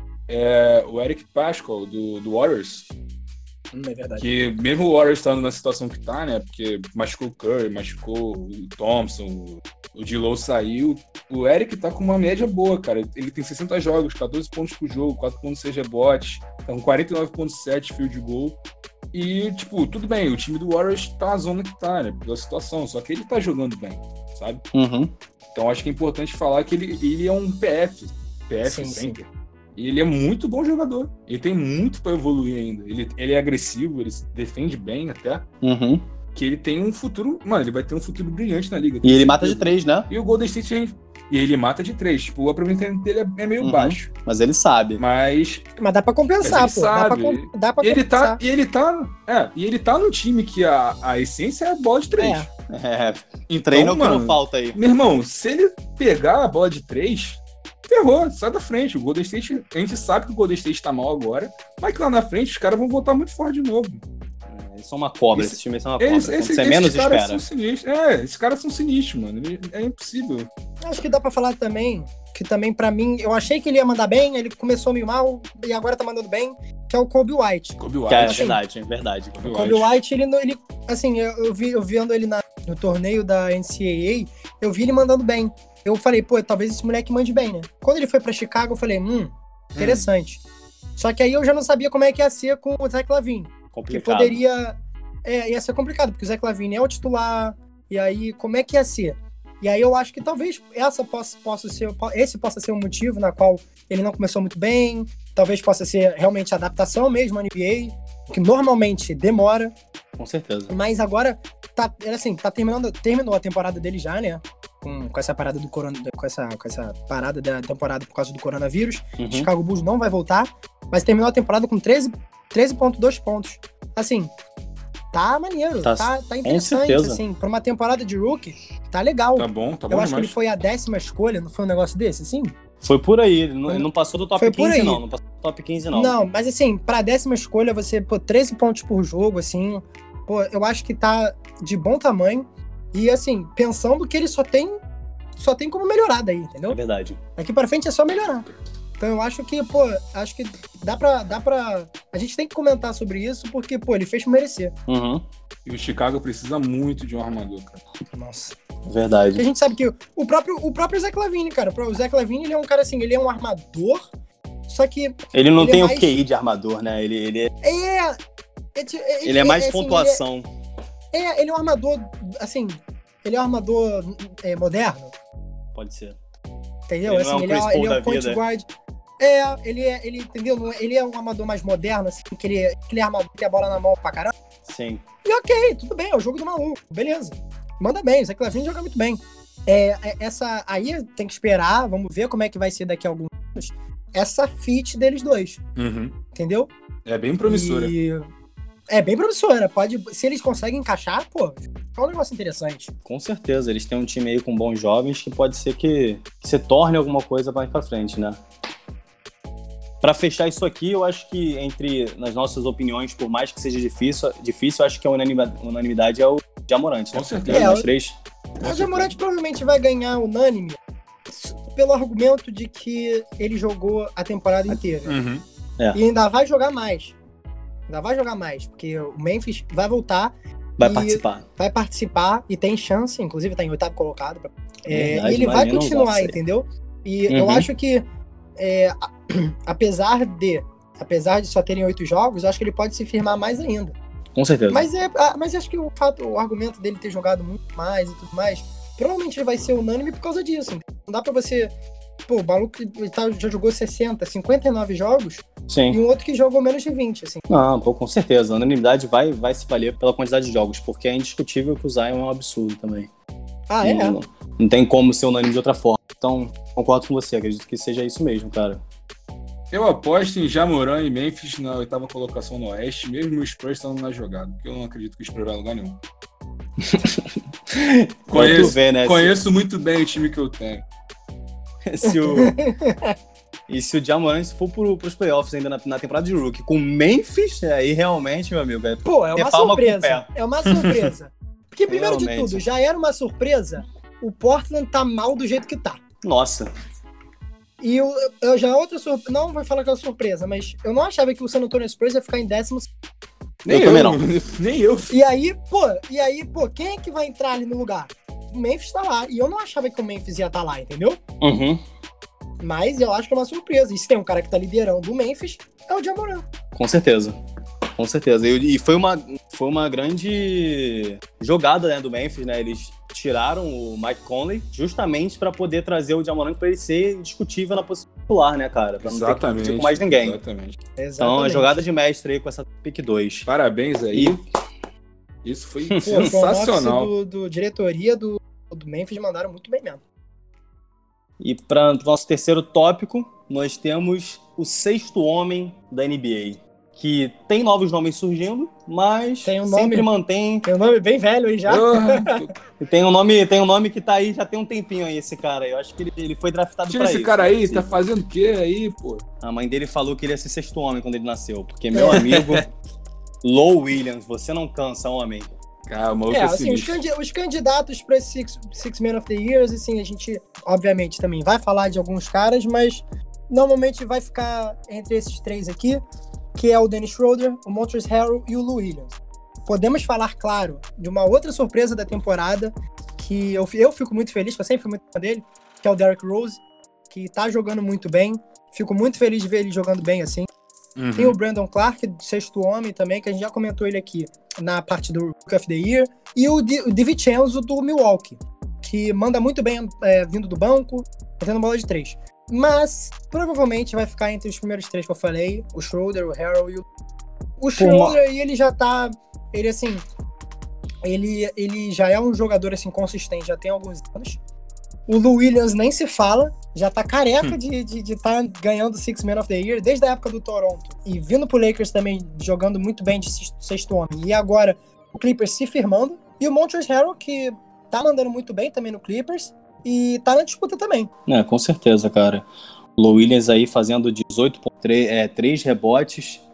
é, o Eric Paschall, do, do Warriors, Hum, é verdade. que mesmo o Warriors estando na situação que tá, né, porque machucou o Curry, machucou o Thompson, o, o D-Lo saiu, o Eric tá com uma média boa, cara. Ele tem sessenta jogos, catorze pontos por jogo, quatro vírgula seis rebotes, tá com quarenta e nove vírgula sete field goal. E, tipo, tudo bem, o time do Warriors tá na zona que tá, né, pela situação, só que ele tá jogando bem, sabe? Uhum. Então acho que é importante falar que ele, ele é um P F, P F Sim, center. E ele é muito bom jogador. Ele tem muito pra evoluir ainda. Ele, ele é agressivo, ele se defende bem até. Uhum. Que ele tem um futuro... Mano, ele vai ter um futuro brilhante na liga. E ele mata de três, né? E o Golden State... gente, e ele mata de três. Tipo, o aproveitamento dele é, é meio Uhum. baixo. Mas ele sabe. Mas Mas dá pra compensar, Mas pô. ele Dá pra, sabe. com- dá pra e ele compensar. tá... E ele tá... É, e ele tá no time que a, a essência é a bola de três. É. É, Então, treina o que mano, não falta aí. meu irmão, se ele pegar a bola de três, ferrou, sai da frente. O Golden State, a gente sabe que o Golden State tá mal agora, mas que lá na frente os caras vão voltar muito forte de novo. Eles são uma cobra, Esse- esse time são uma cobra. Eles, Quando esse, você esses menos caras espera. são sinistros. É, esses caras são sinistros, mano. Ele- É impossível. Acho que dá pra falar também, que também pra mim, eu achei que ele ia mandar bem, ele começou meio mal e agora tá mandando bem, que é o Kobe White. Kobe Que é White. verdade, é verdade. Kobe O Kobe White, ele, não- ele assim, eu, eu vi eu vendo ele na- no torneio da N C A A, eu vi ele mandando bem. Eu falei, pô, talvez esse moleque mande bem, né? Quando ele foi pra Chicago, eu falei, hum, interessante. Só que aí eu já não sabia como é que ia ser com o Zach LaVine. Que Complicado. poderia... É, ia ser complicado, porque o Zach LaVine é o titular, e aí como é que ia ser? E aí eu acho que talvez essa possa, possa ser, esse possa ser um motivo na qual ele não começou muito bem, talvez possa ser realmente adaptação mesmo à N B A, que normalmente demora, Com certeza. mas agora tá, assim, tá terminando, terminou a temporada dele já, né? Com, com essa parada do corona, com essa, com essa parada da temporada por causa do coronavírus. Uhum. Chicago Bulls não vai voltar, mas terminou a temporada com treze vírgula dois pontos. Assim, tá maneiro, Tá- tá, tá interessante, certeza. assim, pra uma temporada de rookie, tá legal. Tá bom, tá bom Eu acho que demais. ele foi a décima escolha, não foi um negócio desse, assim? Foi por aí, ele não, Foi- ele não passou do top foi por quinze, aí. não. Não passou do top quinze, não. Não, mas assim, pra décima escolha, você, pô, treze pontos por jogo, assim, pô, eu acho que tá de bom tamanho. E assim, pensando que ele só tem, só tem como melhorar daí, entendeu? É verdade. Daqui pra frente é só melhorar. Então eu acho que, pô, acho que dá pra, dá pra... A gente tem que comentar sobre isso, porque, pô, ele fez por merecer. Uhum. E o Chicago precisa muito de um armador, cara. Nossa. Verdade. Porque a gente sabe que o próprio, o próprio Zach LaVine, cara, o Zach LaVine, ele é um cara assim, ele é um armador, só que... Ele não ele tem é o mais... Q I de armador, né? Ele, ele, é... É, é, é, ele é mais é, assim, pontuação. Ele é, é, ele é um armador, assim, ele é um armador é, moderno. Pode ser. Entendeu? Ele Assim, não é um ele, é, Chris ele Paul é da um point vida. guard. É, ele é, ele, entendeu? Não é- Ele é um armador mais moderno, assim, que ele, aquele armador que tem a bola na mão pra caramba. Sim. E ok, tudo bem, é o jogo do maluco, beleza. Manda bem, o Zach LaVine joga muito bem. É, é, essa, aí tem que esperar, vamos ver como é que vai ser daqui a alguns anos, essa fit deles dois, Uhum. entendeu? É bem promissora. E é bem promissora, pode, se eles conseguem encaixar, pô, é um negócio interessante. Com certeza. Eles têm um time aí com bons jovens que pode ser que, que se torne alguma coisa mais pra frente, né? Pra fechar isso aqui, eu acho que entre, nas nossas opiniões, por mais que seja difícil, difícil eu acho que a unanimidade, unanimidade é o Ja Morant, né? Com certeza. Entre É, nós eu- três. O Ja Morant provavelmente vai ganhar unânime pelo argumento de que ele jogou a temporada inteira. Uhum. E ainda vai jogar mais. Ainda vai jogar mais, porque o Memphis vai voltar, Vai E- participar. vai participar e tem chance, inclusive tá em oitavo colocado. É, Verdade, e ele vai imagina continuar, você. entendeu? E Uhum. eu acho que, é, a- apesar de apesar de só terem oito jogos, eu acho que ele pode se firmar mais ainda. Com certeza. Mas, é, ah, mas acho que o fato, o argumento dele ter jogado muito mais e tudo mais, provavelmente ele vai ser unânime por causa disso. Entendeu? Não dá pra você... Pô, o maluco ele tá- já jogou sessenta, cinquenta e nove jogos e Sim. um outro que jogou menos de vinte, assim. Não, pô, com certeza. A unanimidade vai, vai se valer pela quantidade de jogos, porque é indiscutível que o Zion é um absurdo também. Ah, é? Não, não tem como ser unânime de outra forma. Então, concordo com você. Acredito que seja isso mesmo, cara. Eu aposto em Ja Morant e Memphis na oitava colocação no Oeste, mesmo o Spurs estando na jogada, porque eu não acredito que o Spurs vai a lugar nenhum. Pra tu Conheço, ver, né? conheço muito bem o time que eu tenho. Se, se o... E se o Ja Morant for pro, pros playoffs ainda na, na temporada de rookie com Memphis, aí realmente, meu amigo, é Pô, é ter uma palma com o surpresa. pé. É uma surpresa. Porque, primeiro de Realmente. tudo, já era uma surpresa o Portland tá mal do jeito que tá. Nossa. E eu, eu já outra surpresa, não vou falar que é uma surpresa, mas eu não achava que o San Antonio Spurs ia ficar em décimo. Nem Eu também não. Nem eu. E aí, pô, e aí, pô, quem é que vai entrar ali no lugar? O Memphis tá lá. E eu não achava que o Memphis ia estar lá, entendeu? Uhum. Mas eu acho que é uma surpresa. E se tem um cara que tá liderando o Memphis, é o Ja Morant. Com certeza. Com certeza. E, e foi, uma, foi uma grande jogada, né, do Memphis, né? Eles tiraram o Mike Conley justamente para poder trazer o Ja Morant para ele ser indiscutível na posição titular, né, cara? Pra não ter que Exatamente. competir com mais ninguém. Exatamente. Então, Exatamente. a jogada de mestre aí com essa pick dois. Parabéns aí. E Isso foi Pô, foi um sensacional. office do, do diretoria do, do Memphis, mandaram muito bem mesmo. E para o nosso terceiro tópico, nós temos o sexto homem da N B A, que tem novos nomes surgindo, mas Tem um sempre nome- mantém. Tem um nome bem velho aí já. Ah, Tem um nome, tem um nome que tá aí já tem um tempinho aí, esse cara. Eu acho que ele, ele foi draftado Tira pra esse isso. cara aí, Sim. tá fazendo o quê aí, pô? A mãe dele falou que ele ia ser sexto homem quando ele nasceu, porque meu amigo Lou Williams, você não cansa, homem. Calma, É, é assim, os, candi- os candidatos para esse Six, Six Man of the Years, assim, a gente, obviamente, também vai falar de alguns caras, mas normalmente vai ficar entre esses três aqui, que é o Dennis Schroeder, o Montrezl Harrell e o Lou Williams. Podemos falar, claro, de uma outra surpresa da temporada, que eu, eu fico muito feliz, que eu sempre fui muito fã dele, que é o Derrick Rose, que tá jogando muito bem. Fico muito feliz de ver ele jogando bem, assim. Uhum. Tem o Brandon Clark, do sexto homem também, que a gente já comentou ele aqui na parte do Rookie of the Year. E o, Di, o DiVincenzo do Milwaukee, que manda muito bem é, vindo do banco, tendo bola de três. Mas provavelmente vai ficar entre os primeiros três que eu falei, o Schroeder, o Harrell e o... O Schroeder, e ele já tá... Ele, assim... Ele, ele já é um jogador, assim, consistente, já tem alguns anos. O Lou Williams nem se fala, já tá careca de estar de, de tá ganhando Six Man of the Year desde a época do Toronto. E vindo pro Lakers também, jogando muito bem de sexto homem. E agora o Clippers se firmando. E o Montrezl Harrell, que tá mandando muito bem também no Clippers. E tá na disputa também. É, com certeza, cara. O Lou Williams aí fazendo dezoito ponto três, é, três rebotes,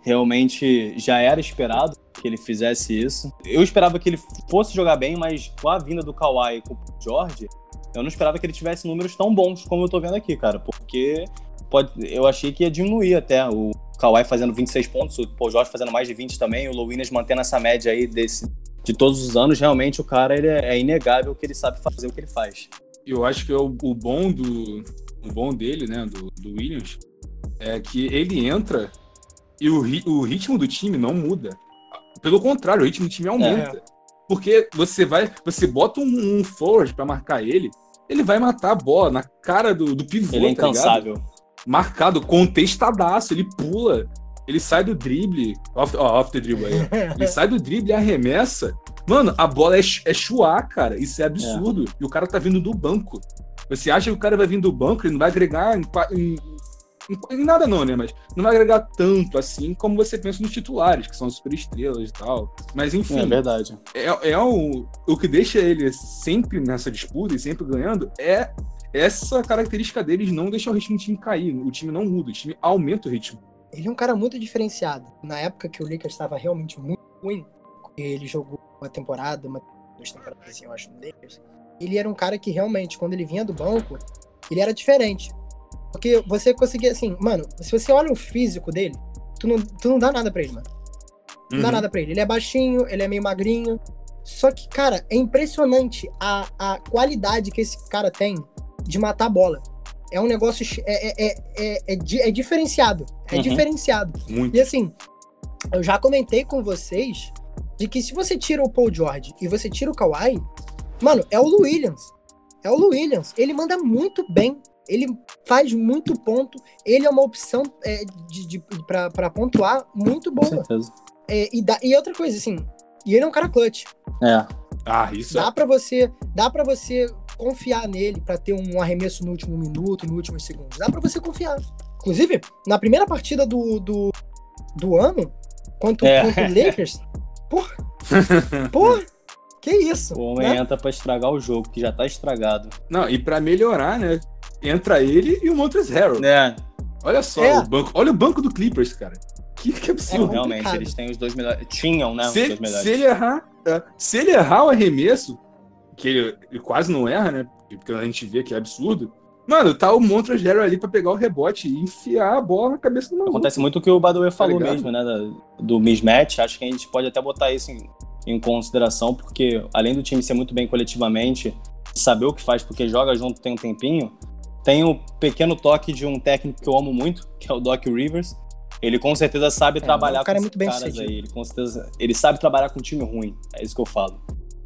Realmente já era esperado que ele fizesse isso. Eu esperava que ele fosse jogar bem, mas com a vinda do Kawhi e com o George, eu não esperava que ele tivesse números tão bons como eu tô vendo aqui, cara, porque pode, eu achei que ia diminuir até. O Kawhi fazendo vinte e seis pontos, o Paul George fazendo mais de vinte também, o Lou Williams mantendo essa média aí desse, de todos os anos. Realmente o cara, ele é, é inegável que ele sabe fazer o que ele faz. Eu acho que é o, o bom do o bom dele, né, do, do Williams, é que ele entra e o, o ritmo do time não muda. Pelo contrário, o ritmo do time aumenta. É. Porque você vai, você bota um, um forward pra marcar ele, ele vai matar a bola na cara do, do pivô, ele é incansável. Tá ligado? Marcado, contestadaço, ele pula, ele sai do drible, off, ó, off the dribble aí, ele sai do drible e arremessa. Mano, a bola é, é chuá, cara, isso é absurdo. É. E o cara tá vindo do banco. Você acha que o cara vai vir do banco, ele não vai agregar em, em, em, em nada não, né? Mas não vai agregar tanto assim como você pensa nos titulares, que são super estrelas e tal. Mas enfim. É verdade. É, é o, o que deixa ele sempre nessa disputa e sempre ganhando é essa característica dele de não deixar o ritmo do time cair. O time não muda, o time aumenta o ritmo. Ele é um cara muito diferenciado. Na época que o Lakers estava realmente muito ruim, ele jogou uma temporada, uma, duas temporadas assim, eu acho, no Lakers. Ele era um cara que realmente, quando ele vinha do banco, ele era diferente. Porque você conseguia, assim, mano, se você olha o físico dele, tu não, tu não dá nada pra ele, mano. Não uhum. dá nada pra ele. Ele é baixinho, ele é meio magrinho. Só que, cara, é impressionante a, a qualidade que esse cara tem de matar a bola. É um negócio, é, é, é, é, é, é diferenciado. É uhum. diferenciado. Muito. E assim, eu já comentei com vocês de que se você tira o Paul George e você tira o Kawhi, mano, é o Lou Williams. É o Lou Williams. Ele manda muito bem. Ele faz muito ponto. Ele é uma opção é, de, de, pra, pra pontuar muito boa. Com certeza. É, e, dá, e outra coisa, assim, e ele é um cara clutch. É. Ah, isso dá é. Pra você, dá pra você confiar nele pra ter um arremesso no último minuto, no último segundo. Dá pra você confiar. Inclusive, na primeira partida do, do, do ano, contra, é. contra o Lakers, porra, porra, que isso? O homem né? entra pra estragar o jogo, que já tá estragado. Não, e pra melhorar, né? Entra ele e o Montrezl Harrell. É. Olha só, é. o banco, olha o banco do Clippers, cara. Que, que absurdo. É realmente, eles têm os dois melhores. Tinham, né? Se, os dois melhores. Se ele errar, se ele errar o arremesso, que ele, ele quase não erra, né? Porque a gente vê que é absurdo. Mano, tá o Montrezl Harrell ali pra pegar o rebote e enfiar a bola na cabeça do maluco. Acontece muito o que o Badoer falou tá mesmo, né? Do mismatch. Acho que a gente pode até botar isso em, em consideração, porque além do time ser muito bem coletivamente, saber o que faz porque joga junto tem um tempinho, tem o pequeno toque de um técnico que eu amo muito, que é o Doc Rivers. Ele com certeza sabe é, trabalhar com esses caras sucedido. aí. Ele com certeza ele sabe trabalhar com um time ruim. É isso que eu falo.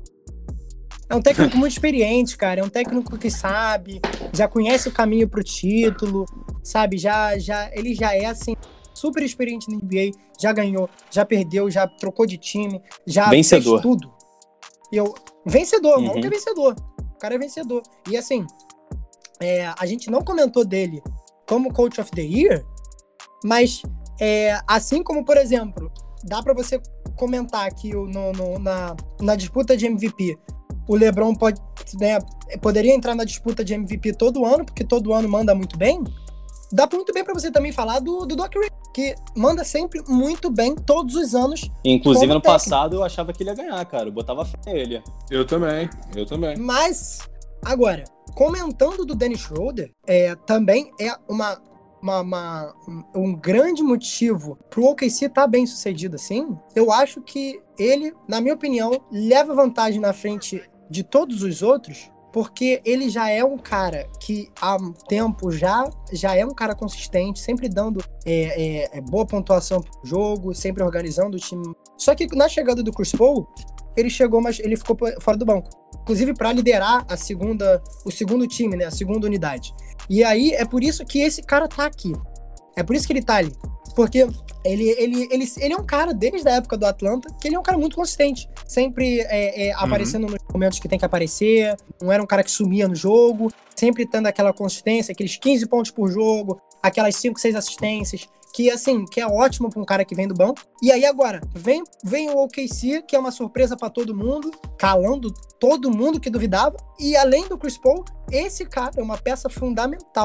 É um técnico muito experiente, cara. É um técnico que sabe, já conhece o caminho pro título, sabe? Já, já, ele já é, assim, super experiente no N B A. Já ganhou, já perdeu, já trocou de time, já vencedor. fez tudo. E eu, vencedor, uhum. vamos ter vencedor. O cara é vencedor. E, assim, é, a gente não comentou dele como Coach of the Year, mas, é, assim como, por exemplo, dá pra você comentar que no, no, na, na disputa de M V P, o LeBron pode, né, poderia entrar na disputa de M V P todo ano, porque todo ano manda muito bem. Dá muito bem pra você também falar do, do Doc Rivers, que manda sempre muito bem todos os anos. Inclusive, ano técnico. passado, eu achava que ele ia ganhar, cara. Eu botava fé nele. Eu também, eu também. Mas, agora, comentando do Dennis Schroeder, é, também é uma, uma, uma, um grande motivo pro O K C estar bem sucedido assim. Eu acho que ele, na minha opinião, leva vantagem na frente de todos os outros, porque ele já é um cara que há um tempo já, já é um cara consistente, sempre dando é, é, é, boa pontuação pro jogo, sempre organizando o time. Só que na chegada do Chris Paul, ele chegou, mas ele ficou fora do banco. Inclusive para liderar a segunda, o segundo time, né, a segunda unidade. E aí é por isso que esse cara tá aqui. É por isso que ele tá ali. Porque ele, ele, ele, ele é um cara, desde a época do Atlanta, que ele é um cara muito consistente. Sempre é, é, aparecendo uhum. nos momentos que tem que aparecer. Não era um cara que sumia no jogo. Sempre tendo aquela consistência, aqueles quinze pontos por jogo, aquelas cinco, seis assistências. Que, assim, que é ótimo pra um cara que vem do banco. E aí, agora, vem, vem o O K C, que é uma surpresa pra todo mundo, calando todo mundo que duvidava. E, além do Chris Paul, esse cara é uma peça fundamental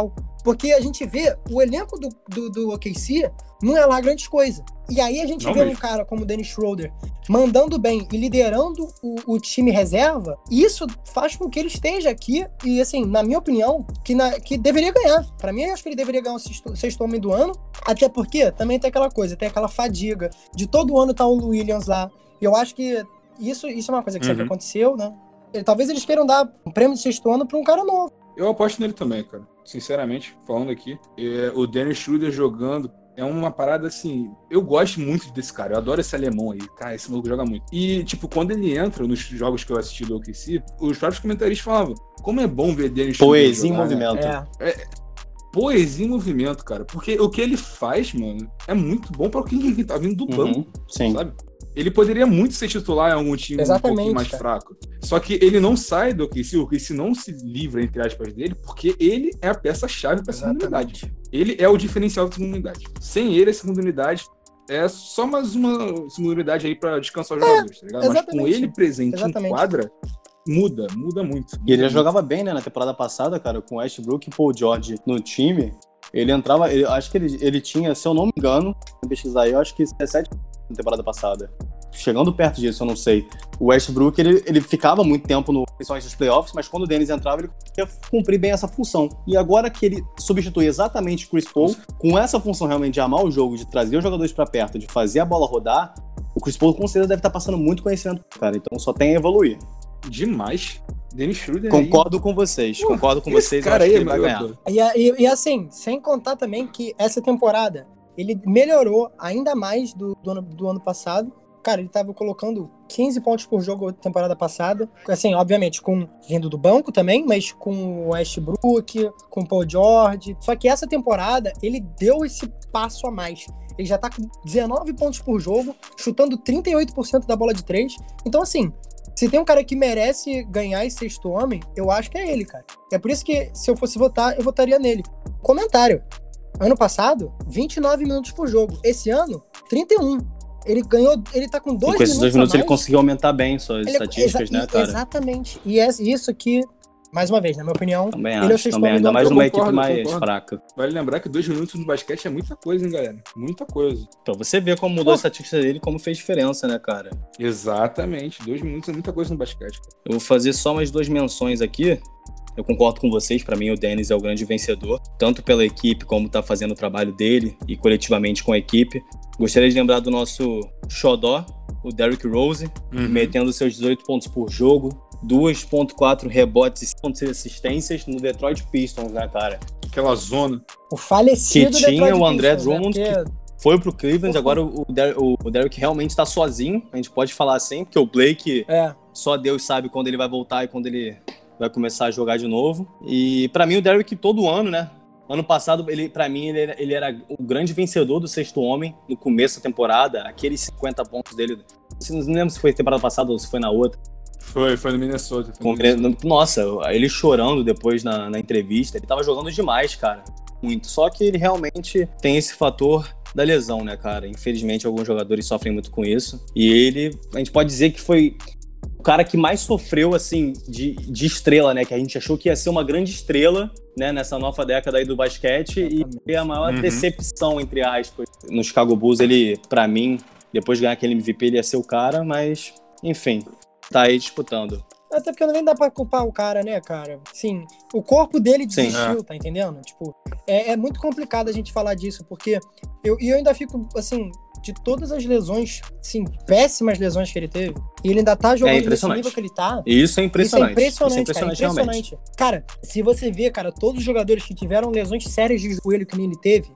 Porque a gente vê o elenco do, do, do O K C não é lá grande coisa. E aí a gente não vê mesmo. Um cara como o Dennis Schroeder mandando bem e liderando o, o time reserva, e isso faz com que ele esteja aqui e, assim, na minha opinião, que, na, que deveria ganhar. Pra mim, eu acho que ele deveria ganhar o sexto, sexto homem do ano, até porque também tem aquela coisa, tem aquela fadiga de todo ano tá o Williams lá. E eu acho que isso, isso é uma coisa que uhum. sempre aconteceu, né? E, talvez eles queiram dar um prêmio de sexto ano pra um cara novo. Eu aposto nele também, cara. Sinceramente, falando aqui. É, o Dennis Schroeder jogando é uma parada assim... Eu gosto muito desse cara. Eu adoro esse alemão aí. Cara, esse maluco joga muito. E, tipo, quando ele entra nos jogos que eu assisti do O K C, os próprios comentaristas falavam, como é bom ver Dennis Schroeder Poesia em movimento. Né? É. é Poesia em movimento, cara. Porque o que ele faz, mano, é muito bom pra quem tá vindo do banco. Uhum, sim. Sabe? Ele poderia muito ser titular em algum time Exatamente, um pouquinho mais cara. fraco. Só que ele não sai do O K C, o O K C não se livra, entre aspas, dele, porque ele é a peça-chave pra segunda unidade. Ele é o diferencial da segunda unidade. Sem ele, a segunda unidade é só mais uma segunda unidade aí pra descansar os é, jogadores, tá ligado? Mas com ele presente exatamente. em quadra, muda, muda muito. E ele já jogava bem, né, na temporada passada, cara, com Westbrook e Paul George no time. Ele entrava, ele, acho que ele, ele tinha, se eu não me engano, vou pesquisar aí, eu acho que dezessete na temporada passada. Chegando perto disso, eu não sei. O Westbrook, ele, ele ficava muito tempo no, principalmente nos playoffs, mas quando o Dennis entrava, ele ia cumprir bem essa função. E agora que ele substitui exatamente o Chris Paul, com essa função realmente de amar o jogo, de trazer os jogadores pra perto, de fazer a bola rodar, o Chris Paul com certeza deve estar passando muito conhecimento, cara. Então só tem a evoluir. Demais. Dennis Schroeder Concordo aí. com vocês, Pô, concordo com vocês, cara eu acho aí, que ele vai ganhar. E, e, e assim, sem contar também que essa temporada, ele melhorou ainda mais do, do, ano, do ano passado. Cara, ele tava colocando quinze pontos por jogo na temporada passada. Assim, obviamente, com vindo do banco também, mas com o Westbrook, com o Paul George. Só que essa temporada, ele deu esse passo a mais. Ele já tá com dezenove pontos por jogo, chutando trinta e oito por cento da bola de três. Então, assim, se tem um cara que merece ganhar esse sexto homem, eu acho que é ele, cara. É por isso que, se eu fosse votar, eu votaria nele. Comentário. Ano passado, vinte e nove minutos por jogo. Esse ano, trinta e um. Ele ganhou, ele tá com dois minutos. E com esses dois minutos ele conseguiu aumentar bem suas ele, estatísticas, exa- né, cara? Exatamente. E é isso que, mais uma vez, na minha opinião, também ele acho, é o sexto também, homem ainda do mais ano. numa concordo, equipe mais concordo. fraca. Vale lembrar que dois minutos no basquete é muita coisa, hein, galera? Muita coisa. Então você vê como mudou Pô. a estatística dele e como fez diferença, né, cara? Exatamente. Dois minutos é muita coisa no basquete. Cara. Eu vou fazer só umas duas menções aqui. Eu concordo com vocês, pra mim o Dennis é o grande vencedor, tanto pela equipe como tá fazendo o trabalho dele e coletivamente com a equipe. Gostaria de lembrar do nosso xodó, o Derrick Rose, uhum. metendo seus dezoito pontos por jogo, dois vírgula quatro rebotes e cinco pontos de assistências no Detroit Pistons, né, cara? Aquela zona. O falecido que tinha Detroit o André Pistons, Drummond, né? Porque... que foi pro Cleveland, agora o, Der- o, o Derrick realmente tá sozinho, a gente pode falar assim, porque o Blake, é. só Deus sabe quando ele vai voltar e quando ele vai começar a jogar de novo. E pra mim o Derrick todo ano, né? Ano passado, ele, pra mim, ele era, ele era o grande vencedor do sexto homem no começo da temporada. Aqueles cinquenta pontos dele. Não lembro se foi na temporada passada ou se foi na outra. Foi, foi no Minnesota. Foi no Minnesota. Nossa, ele chorando depois na, na entrevista. Ele tava jogando demais, cara. Muito. Só que ele realmente tem esse fator da lesão, né, cara? Infelizmente, alguns jogadores sofrem muito com isso. E ele, a gente pode dizer que foi o cara que mais sofreu, assim, de, de estrela, né? Que a gente achou que ia ser uma grande estrela, né? Nessa nova década aí do basquete. Exatamente. E a maior uhum. decepção, entre aspas. No Chicago Bulls, ele, pra mim, depois de ganhar aquele M V P, ele ia ser o cara, mas, enfim, tá aí disputando. Até porque nem dá pra culpar o cara, né, cara? Sim, o corpo dele desistiu, Sim. tá entendendo? Tipo, é, é muito complicado a gente falar disso, porque eu, e eu ainda fico, assim, de todas as lesões, sim, péssimas lesões que ele teve, e ele ainda tá jogando é nesse nível que ele tá. Isso é impressionante. Isso é impressionante, Isso é impressionante, cara, impressionante. Cara, se você vê, cara, todos os jogadores que tiveram lesões sérias de joelho que nem ele teve,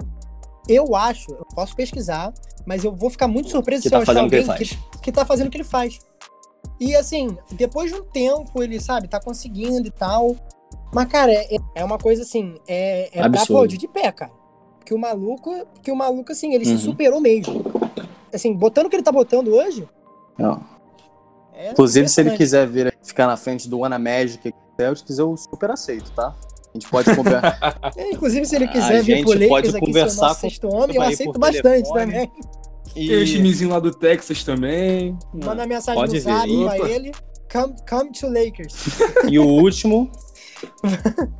eu acho, eu posso pesquisar, mas eu vou ficar muito surpreso que se eu tá achar alguém que, que, que tá fazendo o que ele faz. E assim, depois de um tempo, ele, sabe, tá conseguindo e tal. Mas, cara, é, é uma coisa assim, é, é pra pôr de pé, cara. Que o maluco, que o maluco, assim, ele uhum. se superou mesmo. Assim, botando o que ele tá botando hoje. Não. É Inclusive, se ele quiser vir ficar na frente do Ana Magic, Celtics, eu super aceito, tá? A gente pode conversar. É, inclusive, se ele quiser a vir pro Lakers aqui ser o nosso sexto homem, eu aceito bastante telefone. Também. E... Tem o timezinho lá do Texas também. Manda mensagem no Zap pra ele. Come, come to Lakers. E o último...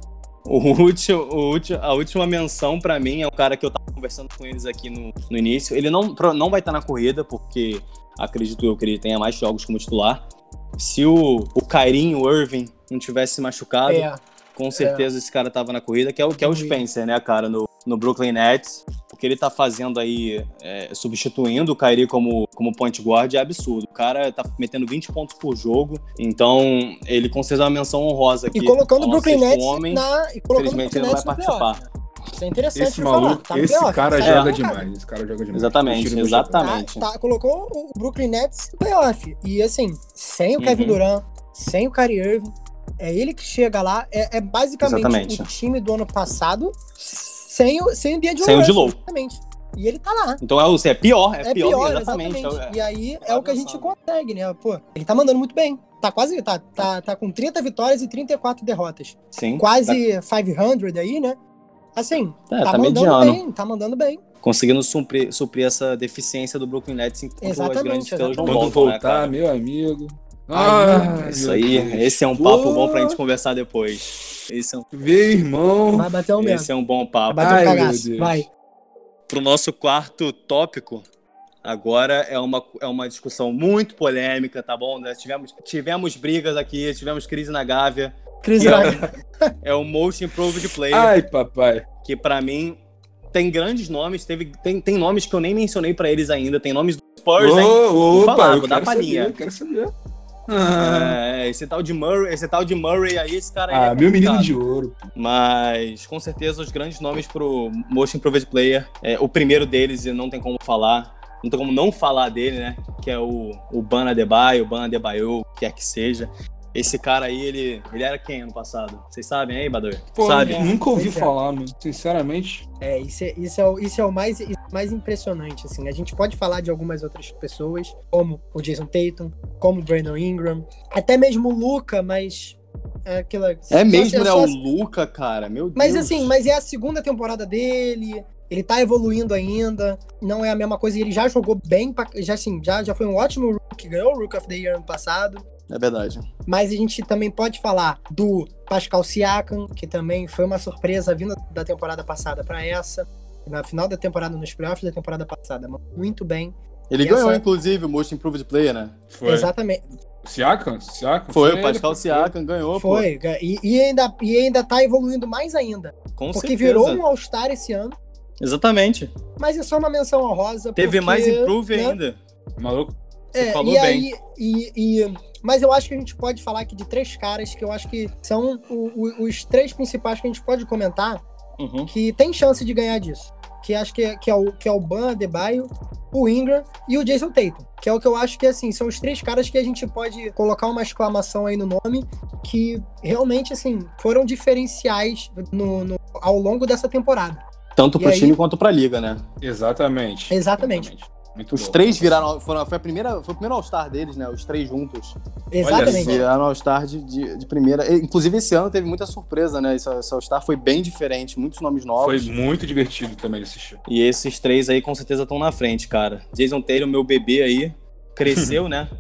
O último, o último, a última menção pra mim é um cara que eu tava conversando com eles aqui no, no início. Ele não, não vai estar na corrida, porque acredito eu que ele tenha mais jogos como titular. Se o, o Kyrie Irving não tivesse se machucado, É, com certeza esse cara tava na corrida, que é o, que é o Spencer, né, cara, no, no Brooklyn Nets. O que ele tá fazendo aí, é, substituindo o Kyrie como, como point guard, é absurdo. O cara tá metendo vinte pontos por jogo, então ele com certeza é uma menção honrosa aqui. E colocando o Brooklyn Nets homem, na. E colocando o infelizmente Brooklyn ele não vai Nets no participar. playoff. Isso é interessante Esse de falar. maluco, Tá no esse playoff, cara sai joga da demais. casa. Esse cara joga demais. Exatamente, Tiro no exatamente. Tá, tá, colocou o Brooklyn Nets no playoff. E assim, sem o Kevin Uhum. Durant, sem o Kyrie Irving, é ele que chega lá. É, é basicamente Exatamente. o time do ano passado sem o, sem o D'Angelo Sem o Russell, D'Lo. exatamente. E ele tá lá. Então é, o- é pior, é, É pior, pior, exatamente. exatamente. É- E aí é o que a gente avançado. consegue, né? Pô, ele tá mandando muito bem. Tá quase, tá, tá, tá com trinta vitórias e trinta e quatro derrotas. Sim, Quase quinhentos aí, né? Assim, É, tá, tá mandando mediano. bem, tá mandando bem. conseguindo suprir, suprir essa deficiência do Brooklyn Nets enquanto as Exatamente, grandes estrelas não exatamente. Quando voltam, né, voltar, cara? meu amigo. Aí, Ah, Isso meu aí, Deus. esse é um papo Pô, bom pra gente conversar depois. Esse é um, Vê, irmão. Vai bater o mesmo. esse é um bom Vai papo. bater Ai, o meu cagaço. Deus. Vai. Pro nosso quarto tópico, agora é uma, é uma discussão muito polêmica, tá bom? Nós tivemos, tivemos brigas aqui, tivemos crise na Gávea. Cris E Wagner. É o Most Improved Player, Ai, papai. que pra mim tem grandes nomes, teve, tem, tem nomes que eu nem mencionei pra eles ainda, tem nomes do Spurs, hein? Ô, Vou opa, falar, eu vou dar quero palhinha. saber, eu quero saber. Ah, É, esse tal de Murray, esse tal de Murray aí, esse cara aí ah é meu menino complicado. de ouro. Mas, com certeza, os grandes nomes pro Most Improved Player. É, o primeiro deles, e não tem como falar, não tem como não falar dele, né? Que é o, o Bam Adebayo, o Bam Adebayo, quer que seja. Esse cara aí, ele, ele era quem ano passado? Vocês sabem aí, Bador? Pô, Sabe? é. nunca ouvi Pois é. falar, mano. Sinceramente. É, isso é, isso é, o, isso é o mais, isso é o mais impressionante, assim. A gente pode falar de algumas outras pessoas, como o Jason Tatum, como o Brandon Ingram, até mesmo o Luka, mas... É, aquela, É só- mesmo, né? só- O Luka, cara, meu Deus. Mas assim, mas é a segunda temporada dele, ele tá evoluindo ainda, não é a mesma coisa, e ele já jogou bem, pra- já, assim, já, já foi um ótimo rookie, ganhou o Rookie of the Year ano passado. É verdade. Mas a gente também pode falar do Pascal Siakam, que também foi uma surpresa vindo da temporada passada para essa. Na final da temporada, nos playoffs da temporada passada, muito bem. Ele E ganhou, essa- inclusive, o Most Improved Player, né? Foi. Exatamente. Siakam? Siakam? Foi, o ele, Pascal pô. Siakam ganhou, Foi. E, e, ainda, e ainda tá evoluindo mais ainda. pô. Com Porque certeza. virou um All-Star esse ano. Exatamente. Mas é só uma menção honrosa. Teve porque, mais improve né? ainda. Maluco. Você É, falou e bem. aí, e, e- mas eu acho que a gente pode falar aqui de três caras que eu acho que são o- o- os três principais que a gente pode comentar Uhum. que tem chance de ganhar disso. Que acho que é, que é, o, que é o Bam Adebayo, o Ingram e o Jason Tatum. Que é o que eu acho que, assim, são os três caras que a gente pode colocar uma exclamação aí no nome, que realmente, assim, foram diferenciais no, no- ao longo dessa temporada. Tanto E pro aí- time quanto pra liga, né? Exatamente. Exatamente. Muito Os bom. três viraram. Foram, foi, a primeira, foi o primeiro All-Star deles, né? Os três juntos. Exatamente. só. Viraram All-Star de, de, de primeira. E, inclusive, esse ano teve muita surpresa, né? Esse, esse All-Star foi bem diferente, muitos nomes Foi novos. muito divertido também de assistir. E esses três aí com certeza estão na frente, cara. Jason Tatum, meu bebê aí, cresceu, né?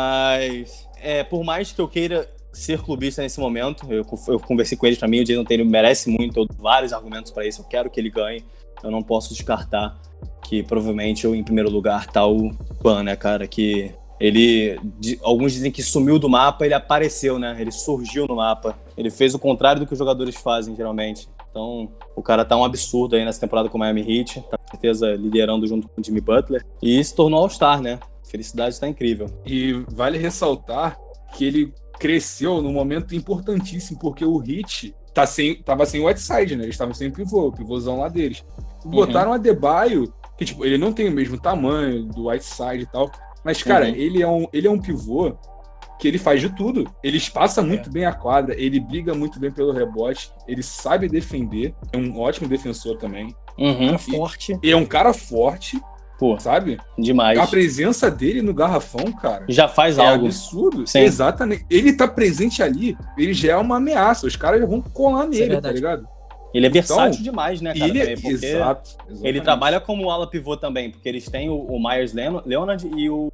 Mas, é, por mais que eu queira ser clubista nesse momento, eu, eu conversei com eles, pra mim o Jason Tatum merece muito, eu dou vários argumentos pra isso, eu quero que ele ganhe, eu não posso descartar que provavelmente eu, em primeiro lugar, tá o Bam, né, cara, que ele, de, alguns dizem que sumiu do mapa, ele apareceu, né, ele surgiu no mapa, ele fez o contrário do que os jogadores fazem, geralmente. Então, o cara tá um absurdo aí nessa temporada com o Miami Heat, tá com certeza liderando junto com o Jimmy Butler, e se tornou All-Star, né, a felicidade tá incrível. E vale ressaltar que ele cresceu num momento importantíssimo, porque o Heat tá sem, tava sem o Whiteside, né? Eles estavam sem o pivô, o pivôzão lá deles. Botaram o Adebayo, que tipo, ele não tem o mesmo tamanho do Whiteside e tal, mas, cara, Uhum. ele, é um, ele é um pivô que ele faz de tudo. Ele espaça muito É. bem a quadra, ele briga muito bem pelo rebote, ele sabe defender, é um ótimo defensor também. Uhum. Cara forte. E é um cara forte, Pô, sabe? demais. A presença dele no garrafão, cara, Já faz é algo. absurdo. Sim. Exatamente. Ele tá presente ali, ele já é uma ameaça. Os caras já vão colar Isso é nele, tá verdade. ligado? Ele é versátil Então, demais, né, E cara? ele é... também, porque Exato. ele exatamente. trabalha como ala pivô também, porque eles têm o, o Myers Leon- Leonard e o,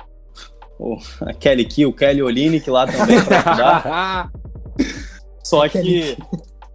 o a Kelly Key, o Kelly Olynyk lá também pra ajudar. Só que,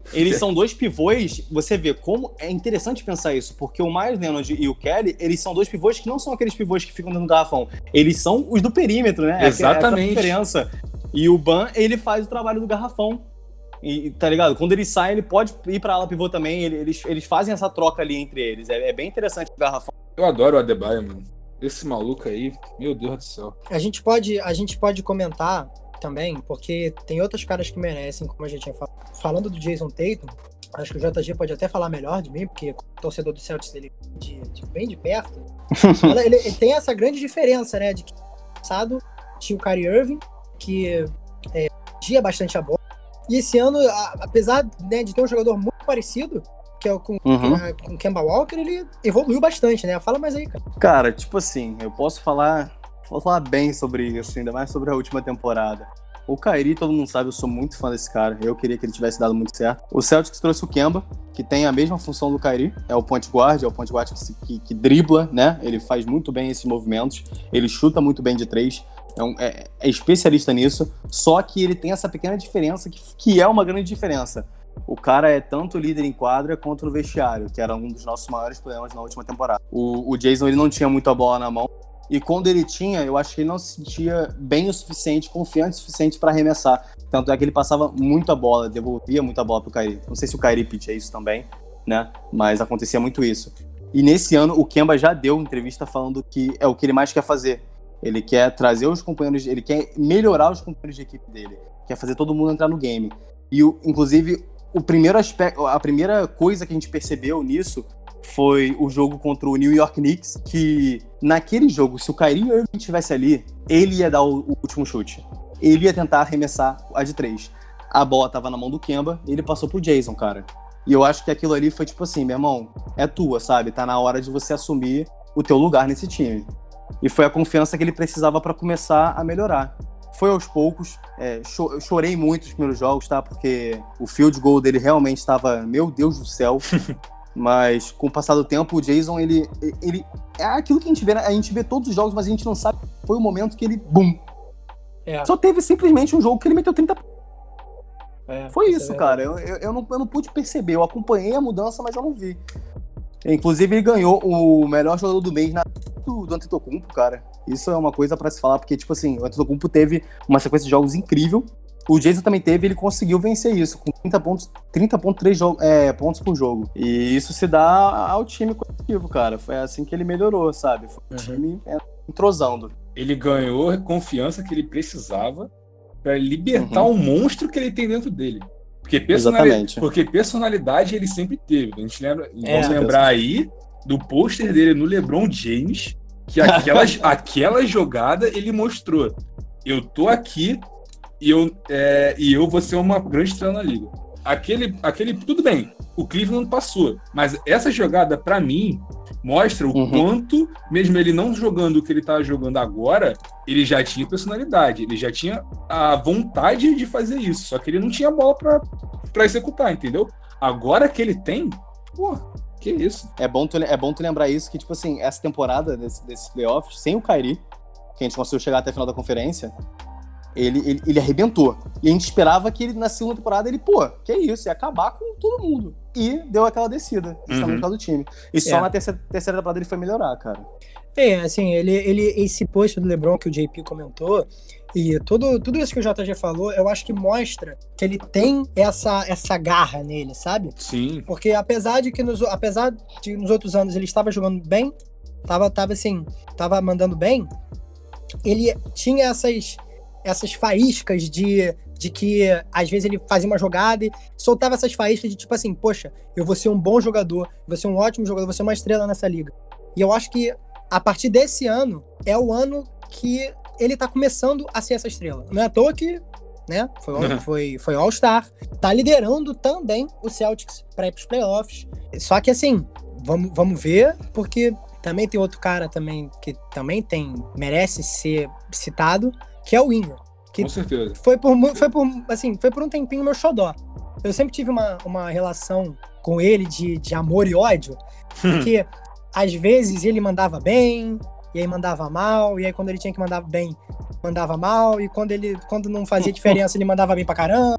Eles são dois pivôs, você vê como é interessante pensar isso, porque o Myers Leonard e o Kelly, eles são dois pivôs que não são aqueles pivôs que ficam dentro do garrafão, eles são os do perímetro, né? Exatamente. É a diferença. E o Ban, ele faz o trabalho do garrafão, e, tá ligado? Quando ele sai, ele pode ir pra ala pivô também, eles, eles fazem essa troca ali entre eles, é, é bem interessante o garrafão. Eu adoro o Adebayo, mano. Esse maluco aí, meu Deus do céu. A gente pode, a gente pode comentar também, porque tem outros caras que merecem, como a gente tinha falado. Falando do Jason Tatum, acho que o J G pode até falar melhor de mim, porque o torcedor do Celtics ele de, de bem de perto. ele, ele tem essa grande diferença, né? De que no passado tinha o Kyrie Irving, que é, dia bastante a bola. E esse ano, a, apesar, né, de ter um jogador muito parecido, que é o com, Uhum. a, com o Kemba Walker, ele evoluiu bastante, né? Fala mais aí, cara. Cara, tipo assim, eu posso falar, posso falar bem sobre isso, ainda mais sobre a última temporada. O Kyrie, todo mundo sabe, eu sou muito fã desse cara. Eu queria que ele tivesse dado muito certo. O Celtics trouxe o Kemba, que tem a mesma função do Kyrie. É o point guard, é o point guard que, que, que dribla, né? Ele faz muito bem esses movimentos. Ele chuta muito bem de três. É, um, é, é especialista nisso. Só que ele tem essa pequena diferença, que, que é uma grande diferença. O cara é tanto líder em quadra quanto no vestiário, que era um dos nossos maiores problemas na última temporada. O, o Jason, ele não tinha muita bola na mão. E quando ele tinha, eu acho que ele não se sentia bem o suficiente, confiante o suficiente para arremessar. Tanto é que ele passava muita bola, devolvia muita bola pro Kyrie. Não sei se o Kyrie pedia isso também, né? Mas acontecia muito isso. E nesse ano, o Kemba já deu entrevista falando que é o que ele mais quer fazer. Ele quer trazer os companheiros, ele quer melhorar os companheiros de equipe dele. Quer fazer todo mundo entrar no game. E, o, inclusive, o primeiro aspecto, a primeira coisa que a gente percebeu nisso foi o jogo contra o New York Knicks, que naquele jogo, se o Kyrie Irving estivesse ali, ele ia dar o, o último chute. Ele ia tentar arremessar a de três. A bola tava na mão do Kemba e ele passou pro Jason, cara. E eu acho que aquilo ali foi tipo assim, meu irmão, é tua, sabe? Tá na hora de você assumir o teu lugar nesse time. E foi a confiança que ele precisava pra começar a melhorar. Foi aos poucos, é, cho- eu chorei muito nos primeiros jogos, tá? Porque o field goal dele realmente estava, meu Deus do céu. Mas com o passar do tempo, o Jason, ele, ele é aquilo que a gente vê, a gente vê todos os jogos, mas a gente não sabe. Foi o momento que ele, bum. É. Só teve simplesmente um jogo que ele meteu trinta. É, Foi isso, é cara. Eu, eu, eu, não, eu não pude perceber. Eu acompanhei a mudança, mas eu não vi. Inclusive, ele ganhou o melhor jogador do mês na do, do Antetokounmpo, cara. Isso é uma coisa pra se falar, porque, tipo assim, o Antetokounmpo teve uma sequência de jogos incrível. O Jason também teve, ele conseguiu vencer isso, com trinta pontos, trinta vírgula três é, pontos por jogo. E isso se dá ao time coletivo, cara. Foi assim que ele melhorou, sabe? Foi o Uhum. time entrosando. Ele ganhou a confiança que ele precisava para libertar Uhum. o monstro que ele tem dentro dele. Porque, personali- Exatamente. Porque personalidade ele sempre teve. A gente lembra, É. vamos lembrar aí do pôster dele no LeBron James, que aquela, aquela jogada ele mostrou. Eu tô aqui e eu, é, e eu vou ser uma grande estrela na liga. Aquele, aquele, tudo bem, o Cleveland passou, mas essa jogada, pra mim, mostra o Uhum. quanto, mesmo ele não jogando o que ele tá jogando agora, ele já tinha personalidade, ele já tinha a vontade de fazer isso, só que ele não tinha bola pra, pra executar, entendeu? Agora que ele tem, pô, que isso. É bom, tu, é bom tu lembrar isso, que, tipo assim, essa temporada desse, desses playoffs, sem o Kyrie, que a gente conseguiu chegar até a final da conferência, ele, ele, ele arrebentou. E a gente esperava que ele, na segunda temporada, ele, pô, que isso, ia acabar com todo mundo. E deu aquela descida, justamente Uhum. por causa do time. E só É. na terceira, terceira temporada ele foi melhorar, cara. É, assim, ele, ele, esse post do LeBron que o J P comentou, e tudo, tudo isso que o J G falou, eu acho que mostra que ele tem essa, essa garra nele, sabe? Sim. Porque apesar de que nos, apesar de nos outros anos ele estava jogando bem, tava, tava assim, tava mandando bem, ele tinha essas, essas faíscas de, de que às vezes ele fazia uma jogada e soltava essas faíscas de tipo assim, poxa, eu vou ser um bom jogador, vou ser um ótimo jogador, vou ser uma estrela nessa liga. E eu acho que a partir desse ano é o ano que ele tá começando a ser essa estrela. Não é à toa que, né, foi, foi, foi All-Star, tá liderando também o Celtics para ir pros playoffs. Só que assim, vamos, vamos ver, porque também tem outro cara também que também tem, merece ser citado, que é o Ingram. Que Com certeza. foi por, mu- foi por, assim, foi por um tempinho meu xodó. Eu sempre tive uma, uma relação com ele de, de amor e ódio, porque às vezes ele mandava bem, e aí mandava mal, e aí quando ele tinha que mandar bem, mandava mal, e quando ele quando não fazia diferença, ele mandava bem pra caramba.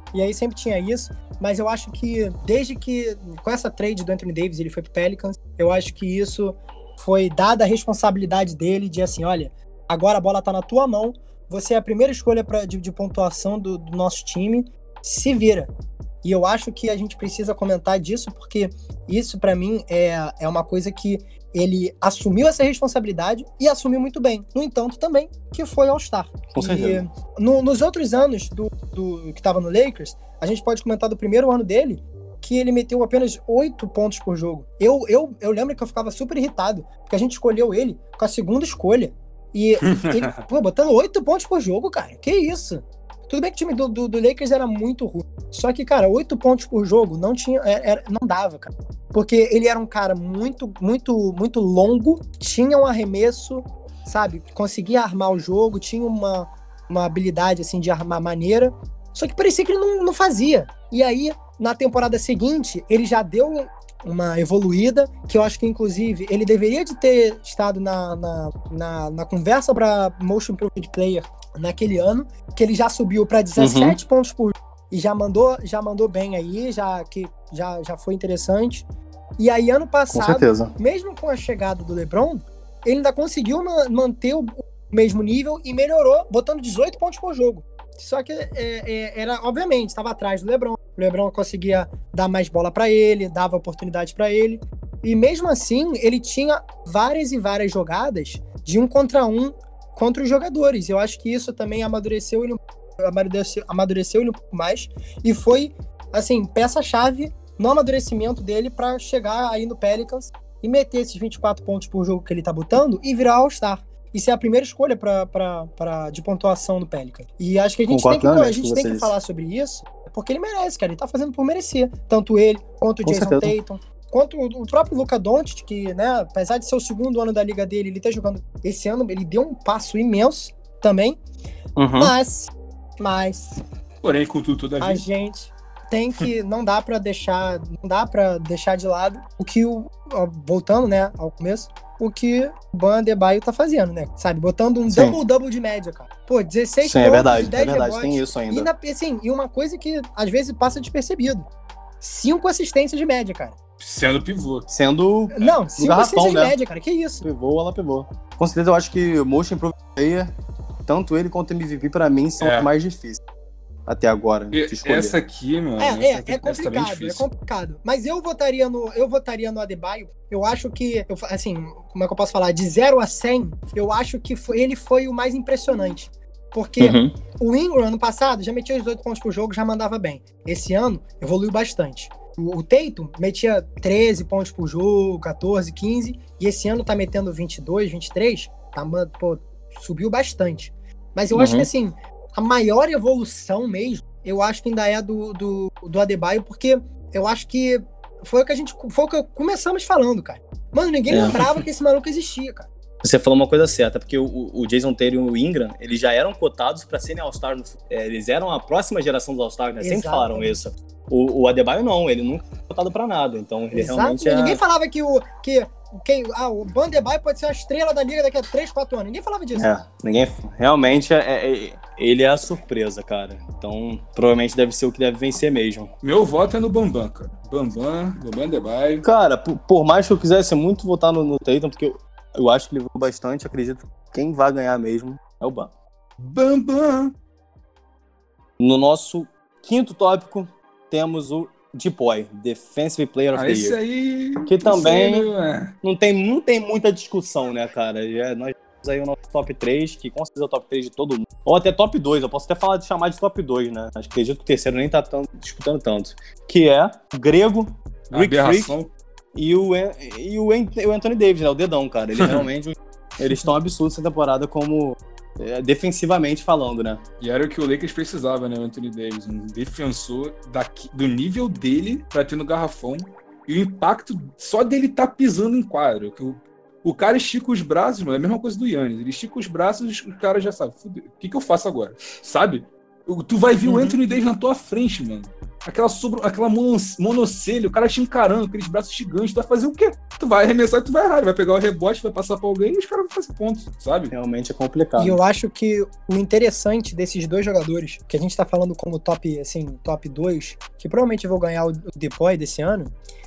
e aí sempre tinha isso, mas eu acho que desde que, com essa trade do Anthony Davis, ele foi pro Pelicans, eu acho que isso foi dada a responsabilidade dele de assim, olha, agora a bola tá na tua mão, você é a primeira escolha pra, de, de pontuação do, do nosso time, se vira. E eu acho que a gente precisa comentar disso, porque isso pra mim é, é uma coisa que ele assumiu essa responsabilidade e assumiu muito bem. No entanto, também, que foi All-Star. Com certeza. E no, nos outros anos do, do que estava no Lakers, a gente pode comentar do primeiro ano dele, que ele meteu apenas oito pontos por jogo. Eu, eu, eu lembro que eu ficava super irritado, porque a gente escolheu ele com a segunda escolha. E ele, pô, botando oito pontos por jogo, cara. Que isso? Tudo bem que o time do, do, do Lakers era muito ruim. Só que, cara, oito pontos por jogo não tinha, era, não dava, cara. Porque ele era um cara muito, muito, muito longo, tinha um arremesso, sabe? Conseguia armar o jogo, tinha uma, uma habilidade, assim, de armar maneira. Só que parecia que ele não, não fazia. E aí, na temporada seguinte, ele já deu uma evoluída, que eu acho que, inclusive, ele deveria de ter estado na, na, na, na conversa para Most Improved Player naquele ano, que ele já subiu para dezessete uhum. pontos por jogo e já mandou, já mandou bem aí, já, que, já, já foi interessante. E aí, ano passado, com mesmo com a chegada do LeBron, ele ainda conseguiu ma- manter o mesmo nível e melhorou, botando dezoito pontos por jogo. Só que é, é, era, obviamente, estava atrás do LeBron. O LeBron conseguia dar mais bola para ele, dava oportunidade para ele. E mesmo assim, ele tinha várias e várias jogadas de um contra um contra os jogadores. Eu acho que isso também amadureceu ele, amadureceu, amadureceu ele um pouco mais. E foi, assim, peça-chave no amadurecimento dele para chegar aí no Pelicans e meter esses vinte e quatro pontos por jogo que ele tá botando e virar All-Star. E ser a primeira escolha pra, pra, pra, de pontuação no Pelicans. E acho que a gente Concordo tem, que, a gente tem que falar sobre isso, porque ele merece, cara. Ele tá fazendo por merecer. Tanto ele, quanto o Com Jason certeza. Tatum, quanto o próprio Luka Doncic, que, né, apesar de ser o segundo ano da liga dele, ele tá jogando esse ano, ele deu um passo imenso também. Uhum. Mas, mas... Porém, com tudo, toda a vida. A gente tem que... Não dá pra deixar... Não dá pra deixar de lado o que o... Voltando, né, ao começo... o que o Bam Adebayo tá fazendo, né? Sabe? Botando um double-double de média, cara. Pô, dezesseis Sim, pontos, é verdade, dez é verdade, rebotes. Tem isso ainda. E, na, assim, e uma coisa que às vezes passa despercebido. Cinco assistências de média, cara. Sendo pivô. Sendo Não, cinco garrafão, assistências né? de média, cara. Que isso? Pivô, ela pivô. Com certeza eu acho que o Most Improved Player, tanto ele quanto o M V P, pra mim, são é. os mais difíceis. Até agora, de escolher. Essa aqui, mano. É, é, aqui é complicado, é complicado. Mas eu votaria no, eu votaria no Adebayo. Eu acho que, eu, assim, como é que eu posso falar? De zero a cem, eu acho que foi, ele foi o mais impressionante. Porque uhum. o Ingram, ano passado, já metia dezoito pontos por jogo, já mandava bem. Esse ano, evoluiu bastante. O, o Tatum metia treze pontos por jogo, catorze, quinze, e esse ano tá metendo vinte e dois, vinte e três, tá, pô, subiu bastante. Mas eu uhum. acho que, assim, a maior evolução mesmo, eu acho que ainda é do, do, do Adebayo, porque eu acho que foi o que a gente foi o que começamos falando, cara. Mano, ninguém é. lembrava que esse maluco existia, cara. Você falou uma coisa certa, porque o, o Jason Tatum e o Ingram, eles já eram cotados para serem All-Star, é, eles eram a próxima geração dos All-Stars, né? Sempre falaram isso. O, o Adebayo não, ele nunca foi cotado para nada, então ele Exato. realmente é... Ninguém falava que o... Que... Quem, ah, o Bam Adebayo pode ser a estrela da liga daqui a três, quatro anos. Ninguém falava disso. É, ninguém... Realmente, é, é, ele é a surpresa, cara. Então, provavelmente deve ser o que deve vencer mesmo. Meu voto é no Bambam, cara. Bambam, Bam Adebayo. Cara, por, por mais que eu quisesse muito votar no, no Tatum, porque eu, eu acho que ele votou bastante, acredito que quem vai ganhar mesmo é o Bam. Bambam. No nosso quinto tópico, temos o Depoy, Defensive Player of ah, the esse Year. Aí, que também aí, né? não, tem, não tem muita discussão, né, cara? Já, nós temos aí o nosso top três, que com certeza é o top três de todo mundo. Ou até top dois, eu posso até falar de chamar de top dois, né? Acho que acredito que o terceiro nem tá tão, disputando tanto. Que é o Grego, Greek Freak e, o, e o, o Anthony Davis, né? O dedão, cara. Ele realmente... eles estão absurdos essa temporada como... É, defensivamente falando, né? E era o que o Lakers precisava, né? O Anthony Davis, um defensor daqui, do nível dele pra ter no garrafão. E o impacto só dele estar tá pisando em quadro. O, o cara estica os braços, mano. É a mesma coisa do Giannis. Ele estica os braços e os caras já sabem. O que, que eu faço agora? Sabe? Tu vai ver uhum. o Anthony Davis na tua frente, mano. aquela, sobre, aquela monocelha, o cara te encarando, aqueles braços gigantes, tu vai fazer o quê? Tu vai arremessar e tu vai errar, vai pegar o rebote, vai passar pra alguém e os caras vão fazer pontos, sabe? Realmente é complicado. E eu acho que o interessante desses dois jogadores, que a gente tá falando como top, assim, top dois, que provavelmente vão ganhar o Depoy desse ano,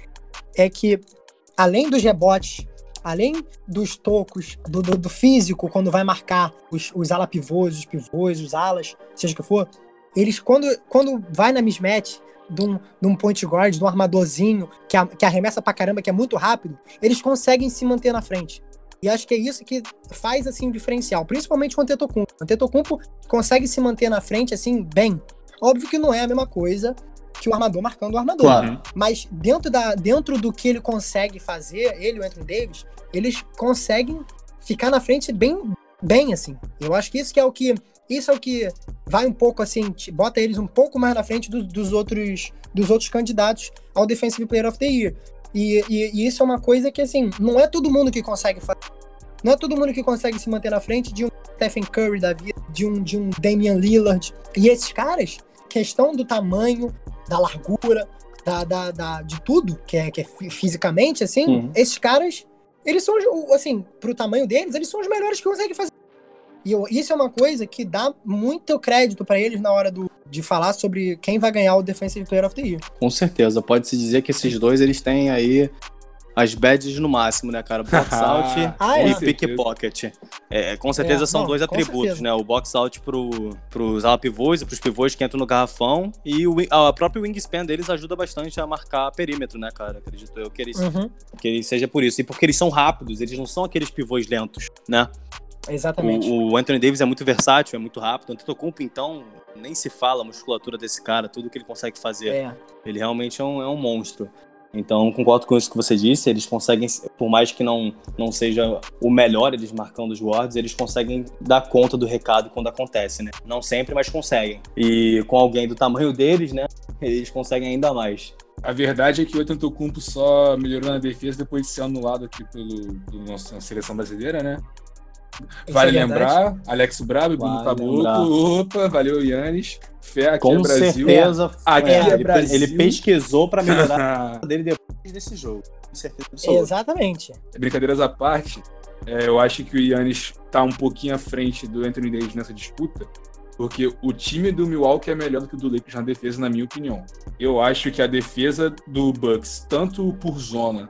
é que, além dos rebotes, além dos tocos, do, do, do físico, quando vai marcar os, os ala pivôs, os pivôs, os alas, seja o que for, eles, quando, quando vai na mismatch de um, de um point guard, de um armadorzinho, que, a, que arremessa pra caramba, que é muito rápido, eles conseguem se manter na frente. E acho que é isso que faz, assim, o diferencial, principalmente com o Antetokounmpo. O Antetokounmpo consegue se manter na frente, assim, bem. Óbvio que não é a mesma coisa que o armador marcando o armador. Claro. Mas dentro, da, dentro do que ele consegue fazer, ele e o Anthony Davis, eles conseguem ficar na frente bem, bem, assim. Eu acho que isso que é o que isso é o que vai um pouco, assim, bota eles um pouco mais na frente do, dos, outros, dos outros candidatos ao Defensive Player of the Year. E, e, e isso é uma coisa que, assim, não é todo mundo que consegue fazer. Não é todo mundo que consegue se manter na frente de um Stephen Curry da vida, de um, de um Damian Lillard. E esses caras, questão do tamanho, da largura, da, da, da, de tudo, que é, que é fisicamente, assim, uhum. Esses caras, eles são, assim, pro tamanho deles, eles são os melhores que conseguem fazer. E eu, isso é uma coisa que dá muito crédito pra eles na hora do, de falar sobre quem vai ganhar o Defensive Player of the Year. Com certeza, pode-se dizer que esses dois, eles têm aí as badges no máximo, né, cara? Box out ah, e é. pickpocket. É, com certeza é, são não, dois atributos, certeza. Né? O box out pro, pros ala pivôs e pros pivôs que entram no garrafão, e o, a própria wingspan deles ajuda bastante a marcar perímetro, né, cara? Acredito eu que eles, uhum. que eles seja por isso. E porque eles são rápidos, eles não são aqueles pivôs lentos, né? Exatamente. O, o Anthony Davis é muito versátil, é muito rápido. O Antetokounmpo, então, nem se fala a musculatura desse cara, tudo que ele consegue fazer. É. Ele realmente é um, é um monstro. Então, concordo com isso que você disse, eles conseguem, por mais que não, não seja o melhor eles marcando os guards, eles conseguem dar conta do recado quando acontece, né? Não sempre, mas conseguem. E com alguém do tamanho deles, né, eles conseguem ainda mais. A verdade é que o Antetokounmpo só melhorou na defesa depois de ser anulado aqui pela nossa seleção brasileira, né? Vale é lembrar, Alex Brabo, Bruno Caboclo, opa, valeu, Yannis. Fé aqui com é Brasil. Certeza, aqui é, é ele, Brasil. Ele pesquisou pra melhorar a dele depois desse jogo. Com certeza absoluta. Exatamente. Brincadeiras à parte, é, eu acho que o Yannis tá um pouquinho à frente do Anthony Davis nessa disputa, porque o time do Milwaukee é melhor do que o do Lakers na defesa, na minha opinião. Eu acho que a defesa do Bucks, tanto por zona,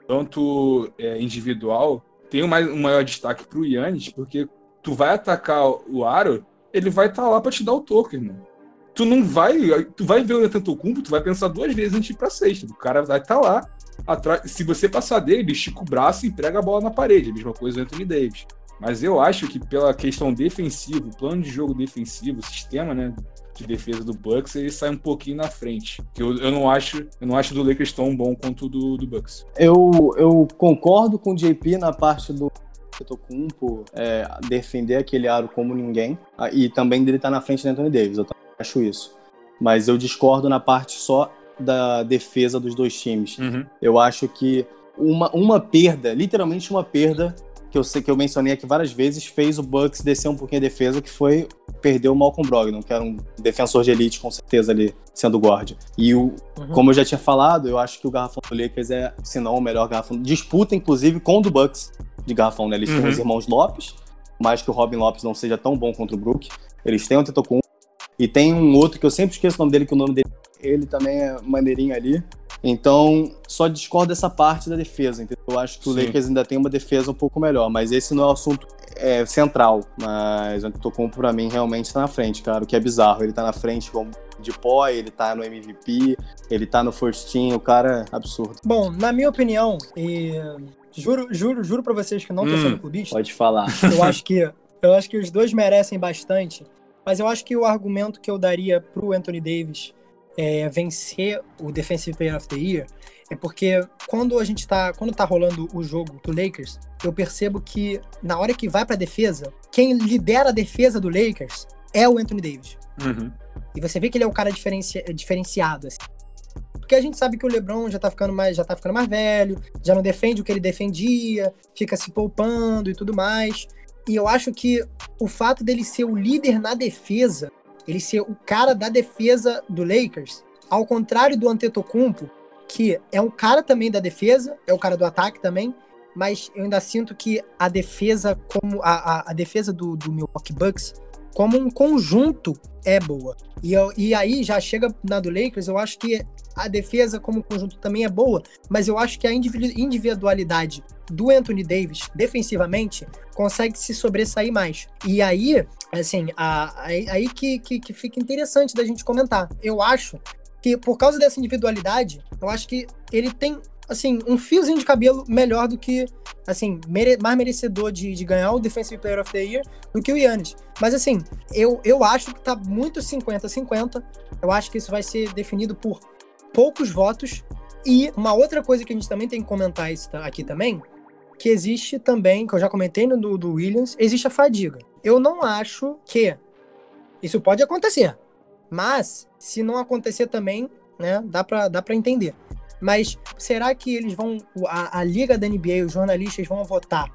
tanto é, individual, tem um, mais, um maior destaque pro Yannis, porque tu vai atacar o aro, ele vai estar tá lá pra te dar o toque, irmão. Tu não vai, tu vai ver o Antetokounmpo, tu vai pensar duas vezes antes de ir pra sexta. O cara vai estar tá lá, atrás, se você passar dele, ele estica o braço e entrega a bola na parede, a mesma coisa do Anthony Davis. Mas eu acho que pela questão defensiva, plano de jogo defensivo, o sistema, né, de defesa do Bucks, ele sai um pouquinho na frente. Eu, eu não acho, eu não acho do Lakers tão bom quanto o do, do Bucks. Eu, eu concordo com o J P na parte do Antetokounmpo é, defender aquele aro como ninguém, e também dele estar na frente do Anthony Davis, eu acho isso. Mas eu discordo na parte só da defesa dos dois times. Uhum. Eu acho que uma, uma perda, literalmente uma perda, que eu sei que eu mencionei aqui várias vezes, fez o Bucks descer um pouquinho a defesa, que foi perder o Malcolm Brogdon, que era um defensor de elite, com certeza, ali, sendo guard. E, o, uhum. como eu já tinha falado, eu acho que o garrafão do Lakers é, se não o melhor garrafão. Disputa, inclusive, com o do Bucks de garrafão, né? Eles uhum. têm os irmãos Lopes, mais que o Robin Lopes não seja tão bom contra o Brook. Eles têm o Antetokounmpo. E tem um outro que eu sempre esqueço o nome dele, que o nome dele, ele também é maneirinho ali. Então, só discordo dessa parte da defesa, entendeu? Eu acho que o Sim. Lakers ainda tem uma defesa um pouco melhor, mas esse não é o assunto é, central. Mas o Antetokounmpo, pra mim, realmente tá na frente, cara, o que é bizarro. Ele tá na frente como de pó, ele tá no M V P, ele tá no first team, o cara é absurdo. Bom, na minha opinião, e juro, juro, juro pra vocês que não tô hum, sendo clubista. Pode falar. Eu acho que, eu acho que os dois merecem bastante, mas eu acho que o argumento que eu daria pro Anthony Davis É, vencer o Defensive Player of the Year é porque quando a gente tá, quando tá rolando o jogo do Lakers, eu percebo que na hora que vai pra defesa, quem lidera a defesa do Lakers é o Anthony Davis. Uhum. E você vê que ele é o cara diferenci- diferenciado, assim. Porque a gente sabe que o LeBron já tá ficando mais, já tá ficando mais velho, já não defende o que ele defendia, fica se poupando e tudo mais. E eu acho que o fato dele ser o líder na defesa, ele ser o cara da defesa do Lakers, ao contrário do Antetokounmpo, que é um cara também da defesa, é o cara do ataque também, mas eu ainda sinto que a defesa, como a, a, a defesa do, do Milwaukee Bucks, como um conjunto, é boa. E, eu, e aí já chega na do Lakers, eu acho que a defesa como conjunto também é boa, mas eu acho que a individualidade do Anthony Davis, defensivamente, consegue se sobressair mais. E aí, assim, a, a, aí que, que, que fica interessante da gente comentar. Eu acho que, por causa dessa individualidade, eu acho que ele tem, assim, um fiozinho de cabelo melhor do que, assim, mere, mais merecedor de, de ganhar o Defensive Player of the Year do que o Giannis. Mas, assim, eu, eu acho que tá muito cinquenta a cinquenta. Eu acho que isso vai ser definido por poucos votos. E uma outra coisa que a gente também tem que comentar isso aqui também, que existe também, que eu já comentei no do, do Williams, existe a fadiga. Eu não acho que isso pode acontecer, mas se não acontecer também, né, dá pra, dá pra entender. Mas será que eles vão, a, a liga da N B A, os jornalistas vão votar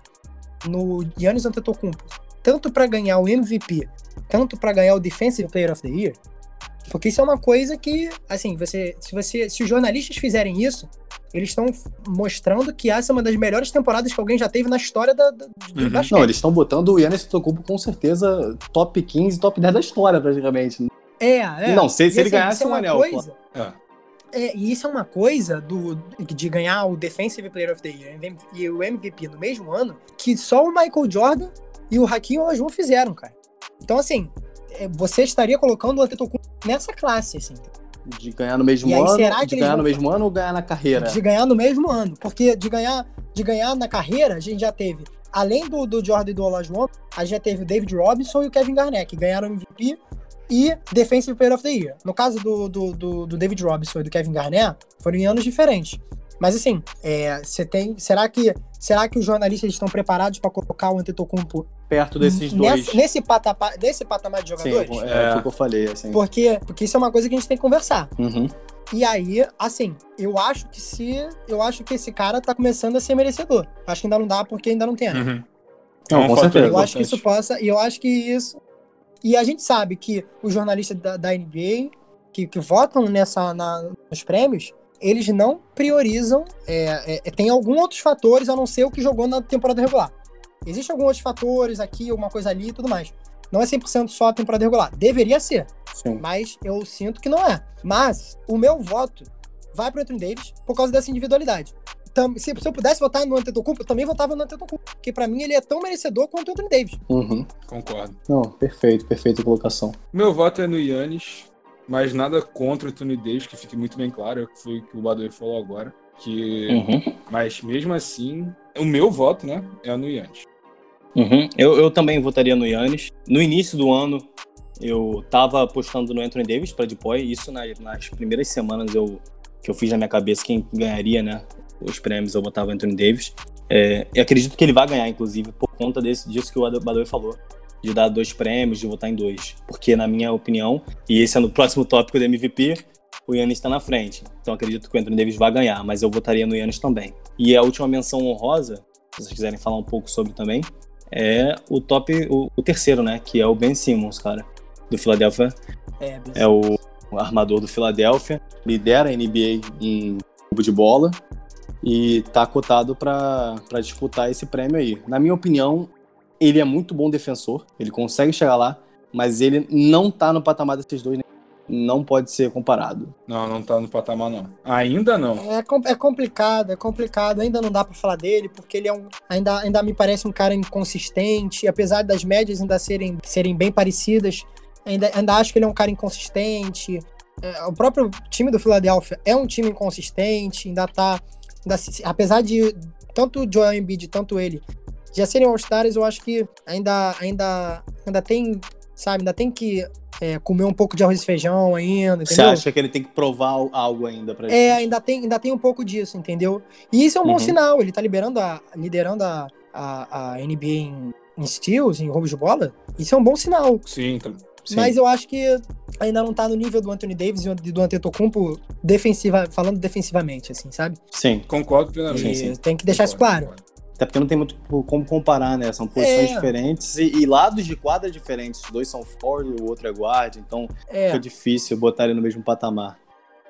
no Giannis Antetokounmpo, tanto para ganhar o M V P, tanto para ganhar o Defensive Player of the Year? Porque isso é uma coisa que, assim, você, se, você, se os jornalistas fizerem isso, eles estão mostrando que essa é uma das melhores temporadas que alguém já teve na história da, da, do uhum. basquete. Não, eles estão botando o Giannis Antetokounmpo com certeza top quinze, top dez da história, praticamente. É, é. Não, se, se ele assim, ganhasse um é anel. Coisa, é. É, e isso é uma coisa do, de ganhar o Defensive Player of the Year e o M V P no mesmo ano, que só o Michael Jordan e o Hakeem Olajuwon fizeram, cara. Então, assim, você estaria colocando o Antetokounmpo nessa classe, assim. De ganhar no mesmo aí, ano, será que de ganhar vão... no mesmo ano ou ganhar na carreira? De ganhar no mesmo ano, porque de ganhar, de ganhar na carreira, a gente já teve, além do, do Jordan e do Olajuwon, a gente já teve o David Robinson e o Kevin Garnett, que ganharam o M V P e Defensive Player of the Year. No caso do, do, do, do David Robinson e do Kevin Garnett, foram em anos diferentes. Mas assim, é, você tem, será que, será que os jornalistas estão preparados para colocar o Antetokounmpo perto desses dois? Nessa, nesse, patamar, nesse patamar de jogadores? Sim, é, é o que eu falei, assim. Porque, porque isso é uma coisa que a gente tem que conversar. Uhum. E aí, assim, eu acho que se. Eu acho que esse cara tá começando a ser merecedor. Acho que ainda não dá, porque ainda não tem ano. Uhum. Não, com certeza. Eu acho que isso possa. E eu acho que isso. E a gente sabe que os jornalistas da, da N B A que, que votam nessa, na, nos prêmios, eles não priorizam. É, é, tem alguns outros fatores a não ser o que jogou na temporada regular. Existem alguns outros fatores aqui, alguma coisa ali e tudo mais. Não é cem por cento só a temporada regular. Deveria ser. Sim. Mas eu sinto que não é. Mas o meu voto vai pro Anthony Davis por causa dessa individualidade. Se, se eu pudesse votar no Antetokounmpo, eu também votava no Antetokounmpo. Porque pra mim ele é tão merecedor quanto o Anthony Davis. Uhum. Concordo. Não, perfeito, perfeita colocação. Meu voto é no Giannis, mas nada contra o Anthony Davis, que fique muito bem claro, foi o que o Badoer falou agora. Que... Uhum. Mas mesmo assim, o meu voto, né, é no Giannis. Uhum. Eu, eu também votaria no Giannis. No início do ano, eu tava apostando no Anthony Davis para depois. Isso nas, nas primeiras semanas eu, que eu fiz na minha cabeça quem ganharia, né, os prêmios, eu botava o Anthony Davis. É, eu acredito que ele vai ganhar, inclusive, por conta desse, disso que o Badoer falou, de dar dois prêmios, de votar em dois. Porque, na minha opinião, e esse é no próximo tópico do M V P, o Giannis está na frente. Então acredito que o Anthony Davis vai ganhar, mas eu votaria no Giannis também. E a última menção honrosa, se vocês quiserem falar um pouco sobre também, é o top, o, o terceiro, né, que é o Ben Simmons, cara, do Philadelphia. É, é o, o armador do Philadelphia. Lidera a N B A em roubo de bola e tá cotado para disputar esse prêmio aí. Na minha opinião, ele é muito bom defensor, ele consegue chegar lá, mas ele não tá no patamar desses dois, né? Não pode ser comparado. Não, não tá no patamar, não. Ainda não. É, é complicado, é complicado. Ainda não dá pra falar dele, porque ele é um, ainda, ainda me parece um cara inconsistente. Apesar das médias ainda serem, serem bem parecidas, ainda, ainda acho que ele é um cara inconsistente. É, o próprio time do Philadelphia é um time inconsistente, ainda tá... Ainda, apesar de tanto o Joel Embiid, tanto ele, já serem All-Stars, eu acho que ainda, ainda, ainda tem... Sabe, ainda tem que é, comer um pouco de arroz e feijão ainda, entendeu? Você acha que ele tem que provar algo ainda pra gente? É, ainda tem, ainda tem um pouco disso, entendeu? E isso é um uhum. bom sinal, ele tá liberando a, liderando a, a, a N B A em, em steals, em roubos de bola, isso é um bom sinal. Sim, tá. Sim. Mas eu acho que ainda não tá no nível do Anthony Davis e do Antetokounmpo defensiva, falando defensivamente, assim, sabe? Sim. Concordo plenamente. Sim, sim. Tem que deixar Concordo, isso claro. Concordo. Até porque não tem muito como comparar, né? São posições é. diferentes e, e lados de quadra diferentes. Os dois são forward e o outro é guard, então é. fica difícil botar ele no mesmo patamar.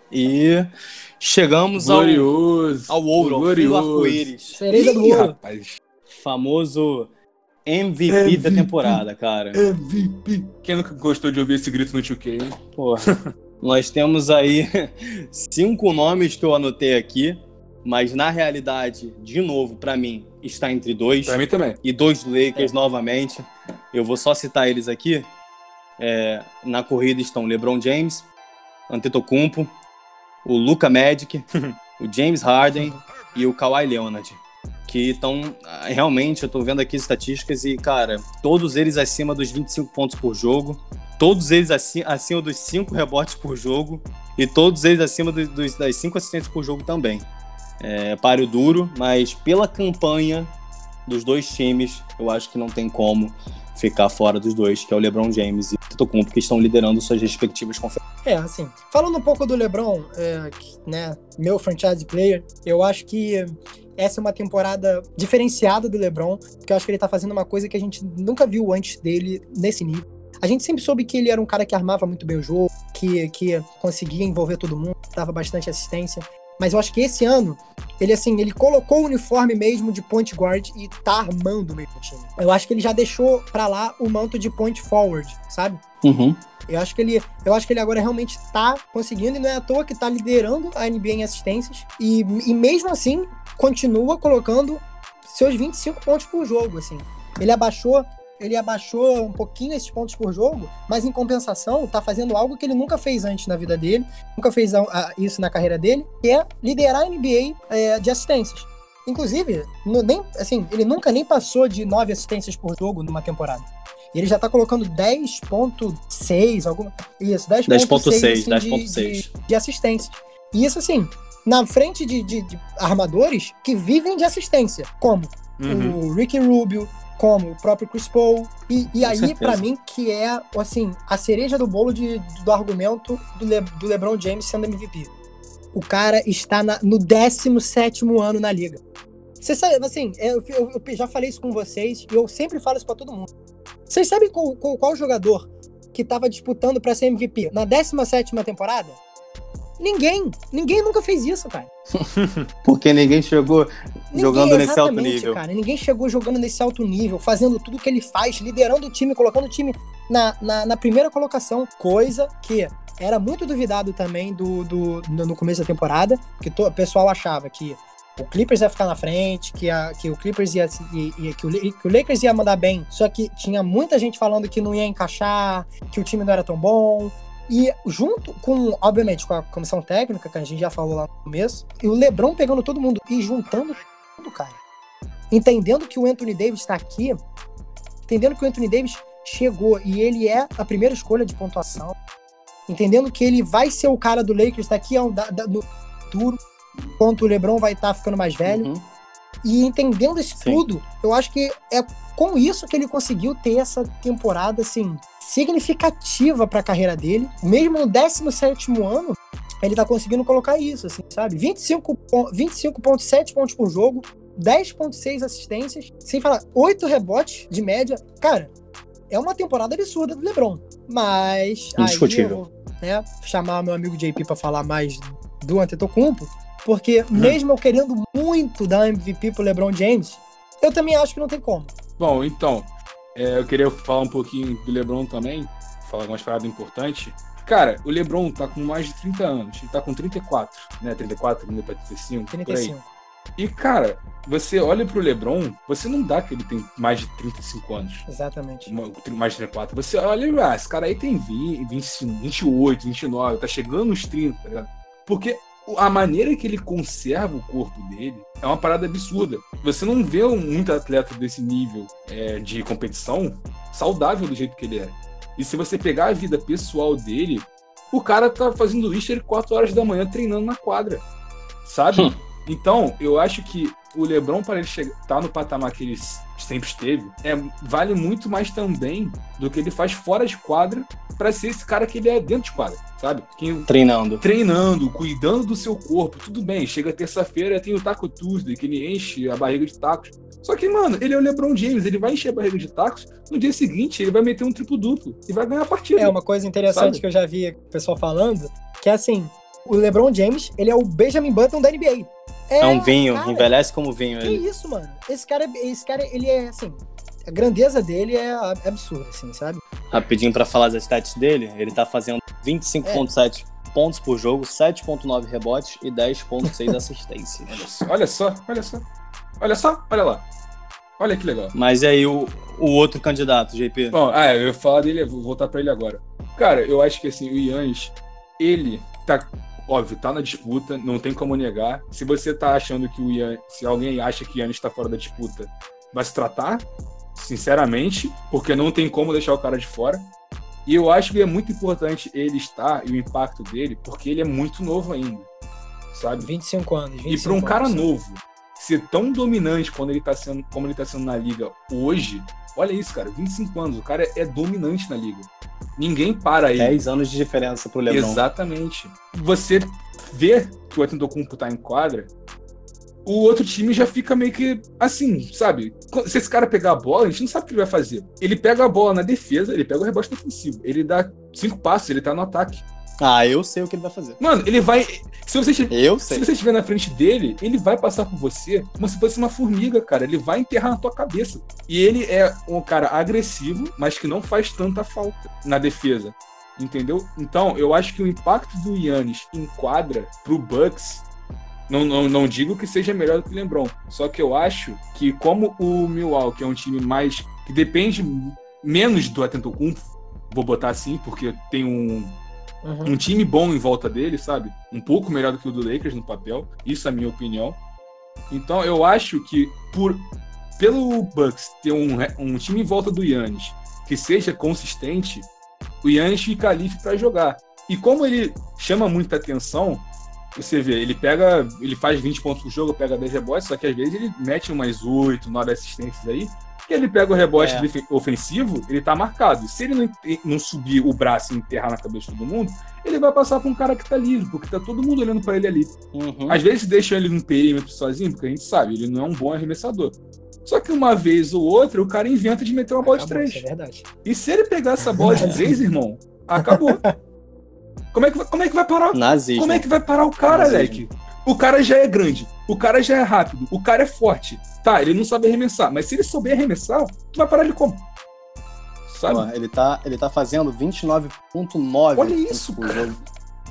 E chegamos ao, ao ouro, ao fio arco-íris. Cereja do ouro. Rapaz. Famoso M V P, M V P da temporada, cara. M V P. Quem nunca gostou de ouvir esse grito no dois K, hein? Porra. Nós temos aí cinco nomes que eu anotei aqui, mas na realidade, de novo, pra mim, está entre dois. Pra mim também. E dois Lakers é. novamente. Eu vou só citar eles aqui. É, na corrida estão LeBron James, Antetokounmpo, o Luka Magic, o James Harden e o Kawhi Leonard. Que estão, realmente, eu tô vendo aqui as estatísticas e, cara, todos eles acima dos vinte e cinco pontos por jogo, todos eles acima, acima dos cinco rebotes por jogo e todos eles acima dos, dos, das cinco assistências por jogo também. É páreo duro, mas pela campanha dos dois times, eu acho que não tem como ficar fora dos dois, que é o LeBron James e o Antetokounmpo, que estão liderando suas respectivas conferências. É, assim, falando um pouco do LeBron, é, né, meu franchise player, eu acho que essa é uma temporada diferenciada do LeBron, porque eu acho que ele tá fazendo uma coisa que a gente nunca viu antes dele nesse nível. A gente sempre soube que ele era um cara que armava muito bem o jogo, que, que conseguia envolver todo mundo, dava bastante assistência. Mas eu acho que esse ano, ele assim, ele colocou o uniforme mesmo de point guard e tá armando o meio do time. Eu acho que ele já deixou pra lá o manto de point forward, sabe? Uhum. Eu acho que ele, eu acho que ele agora realmente tá conseguindo, e não é à toa que tá liderando a N B A em assistências, e, e mesmo assim, continua colocando seus vinte e cinco pontos por jogo, assim. Ele abaixou, ele abaixou um pouquinho esses pontos por jogo, mas em compensação tá fazendo algo que ele nunca fez antes na vida dele, nunca fez a, a, isso na carreira dele, que é liderar a N B A é, de assistências. Inclusive, no, nem, assim, ele nunca nem passou de nove assistências por jogo numa temporada. Ele já tá colocando dez ponto seis, alguma... Isso, dez ponto seis assim, de, de, de assistência. E isso, assim, na frente de, de, de armadores que vivem de assistência, como uhum. o Ricky Rubio, como o próprio Chris Paul. E, e aí, certeza. Pra mim, que é, assim, a cereja do bolo de, do argumento do, Le, do LeBron James sendo M V P. O cara está na, no décimo sétimo ano na liga. Você sabe, assim, eu, eu, eu já falei isso com vocês e eu sempre falo isso pra todo mundo. Vocês sabem qual, qual, qual jogador que tava disputando pra ser M V P na décima sétima temporada? Ninguém. Ninguém nunca fez isso, cara. Porque ninguém chegou ninguém, jogando nesse alto nível. Cara, ninguém chegou jogando nesse alto nível, fazendo tudo que ele faz, liderando o time, colocando o time na, na, na primeira colocação. Coisa que era muito duvidado também do, do, no começo da temporada, que o pessoal achava que o Clippers ia ficar na frente, que, a, que o Clippers ia, ia que, o, que o Lakers ia mandar bem, só que tinha muita gente falando que não ia encaixar, que o time não era tão bom. E junto com, obviamente, com a comissão técnica, que a gente já falou lá no começo, e o LeBron pegando todo mundo e juntando tudo, cara. Entendendo que o Anthony Davis está aqui, entendendo que o Anthony Davis chegou e ele é a primeira escolha de pontuação, entendendo que ele vai ser o cara do Lakers daqui ao da, da, no futuro, enquanto o LeBron vai estar tá ficando mais velho. Uhum. E entendendo isso Sim. tudo, eu acho que é com isso que ele conseguiu ter essa temporada, assim, significativa para a carreira dele. Mesmo no décimo sétimo ano, ele tá conseguindo colocar isso, assim, sabe? vinte e cinco vírgula sete pontos por jogo, dez vírgula seis assistências, sem falar, oito rebotes de média. Cara, é uma temporada absurda do LeBron. Mas indiscutível. Aí eu vou, né, chamar meu amigo J P para falar mais do Antetokounmpo, porque hum. mesmo eu querendo muito dar M V P pro LeBron James, eu também acho que não tem como. Bom, então, é, eu queria falar um pouquinho do LeBron também, falar algumas paradas importantes. Cara, o LeBron tá com mais de trinta anos, ele tá com trinta e quatro, né? trinta e quatro, trinta e cinco, trinta e cinco. Por aí. E, cara, você olha pro LeBron, você não dá que ele tem mais de trinta e cinco anos. Exatamente. Mais de trinta e quatro. Você olha, ah, esse cara aí tem vinte, vinte e oito, vinte e nove, tá chegando nos trinta, tá ligado? Porque a maneira que ele conserva o corpo dele é uma parada absurda. Você não vê muito atleta desse nível é, de competição saudável do jeito que ele é. E se você pegar a vida pessoal dele, o cara tá fazendo Easter quatro horas da manhã treinando na quadra, sabe? Hum. Então, eu acho que o LeBron, para ele estar tá no patamar que ele sempre esteve, é, vale muito mais também do que ele faz fora de quadra para ser esse cara que ele é dentro de quadra, sabe? Quem, treinando. Treinando, cuidando do seu corpo, tudo bem. Chega terça-feira, tem o Taco Tuesday, que ele enche a barriga de tacos. Só que, mano, ele é o LeBron James, ele vai encher a barriga de tacos, no dia seguinte ele vai meter um triplo-duplo e vai ganhar a partida. É, uma coisa interessante, sabe? Que eu já vi o pessoal falando, que é assim, o LeBron James, ele é o Benjamin Button da N B A. É, é um vinho, cara, envelhece como vinho. Que ele. isso, mano? Esse cara, esse cara, ele é, assim, a grandeza dele é absurda, assim, sabe? Rapidinho pra falar das stats dele, ele tá fazendo vinte e cinco vírgula sete é. pontos por jogo, sete vírgula nove rebotes e dez vírgula seis assistências. Olha só, olha só. Olha só, olha lá. Olha que legal. Mas e aí o, o outro candidato, J P? Bom, ah, eu ia falar dele, vou voltar pra ele agora. Cara, eu acho que assim, o Giannis, ele tá, óbvio, tá na disputa, não tem como negar. Se você tá achando que o Giannis, se alguém acha que o Giannis tá fora da disputa, vai se tratar, sinceramente, porque não tem como deixar o cara de fora. E eu acho que é muito importante ele estar e o impacto dele, porque ele é muito novo ainda, sabe? vinte e cinco anos. vinte e cinco e para um anos, cara sim. novo ser tão dominante quando ele tá sendo, como ele tá sendo na liga hoje, olha isso, cara, vinte e cinco anos, o cara é, é dominante na liga. Ninguém para ele. dez anos de diferença pro LeBron. Exatamente. Você vê que o Antetokounmpo tá em quadra, o outro time já fica meio que assim, sabe? Se esse cara pegar a bola, a gente não sabe o que ele vai fazer. Ele pega a bola na defesa, ele pega o rebote defensivo, ele dá cinco passos, ele tá no ataque. Ah, eu sei o que ele vai fazer. Mano, ele vai... Se você, Eu se sei. você estiver na frente dele, ele vai passar por você como se fosse uma formiga, cara. Ele vai enterrar na tua cabeça. E ele é um cara agressivo, mas que não faz tanta falta na defesa. Entendeu? Então, eu acho que o impacto do Giannis em quadra pro Bucks, não, não, não digo que seja melhor do que o LeBron, só que eu acho que como o Milwaukee é um time mais... que depende menos do Antetokounmpo, vou botar assim, porque tem um... Uhum. um time bom em volta dele, sabe? Um pouco melhor do que o do Lakers no papel. Isso é a minha opinião. Então, eu acho que por, pelo Bucks ter um, um time em volta do Giannis que seja consistente, o Giannis fica livre para jogar. E como ele chama muita atenção, você vê, ele pega, ele faz vinte pontos por jogo, pega dez rebotes, só que às vezes ele mete umas oito, nove assistências aí, que ele pega o rebote É. ofensivo, ele tá marcado. Se ele não, não subir o braço e enterrar na cabeça de todo mundo, ele vai passar pra um cara que tá livre, porque tá todo mundo olhando pra ele ali. Uhum. Às vezes deixa ele no perímetro sozinho, porque a gente sabe, ele não é um bom arremessador. Só que uma vez ou outra, o cara inventa de meter uma bola de Acabou, três. isso é verdade. E se ele pegar essa bola de três, irmão, acabou. Como é que vai, como é que vai parar? Nazismo. Como é que vai parar o cara, Nazismo. Leque? O cara já é grande, o cara já é rápido, o cara é forte. Tá, ele não sabe arremessar, mas se ele souber arremessar, tu vai parar ele como? Sabe? Ó, ele, tá, ele tá fazendo vinte e nove vírgula nove Olha isso, por cara. jogo.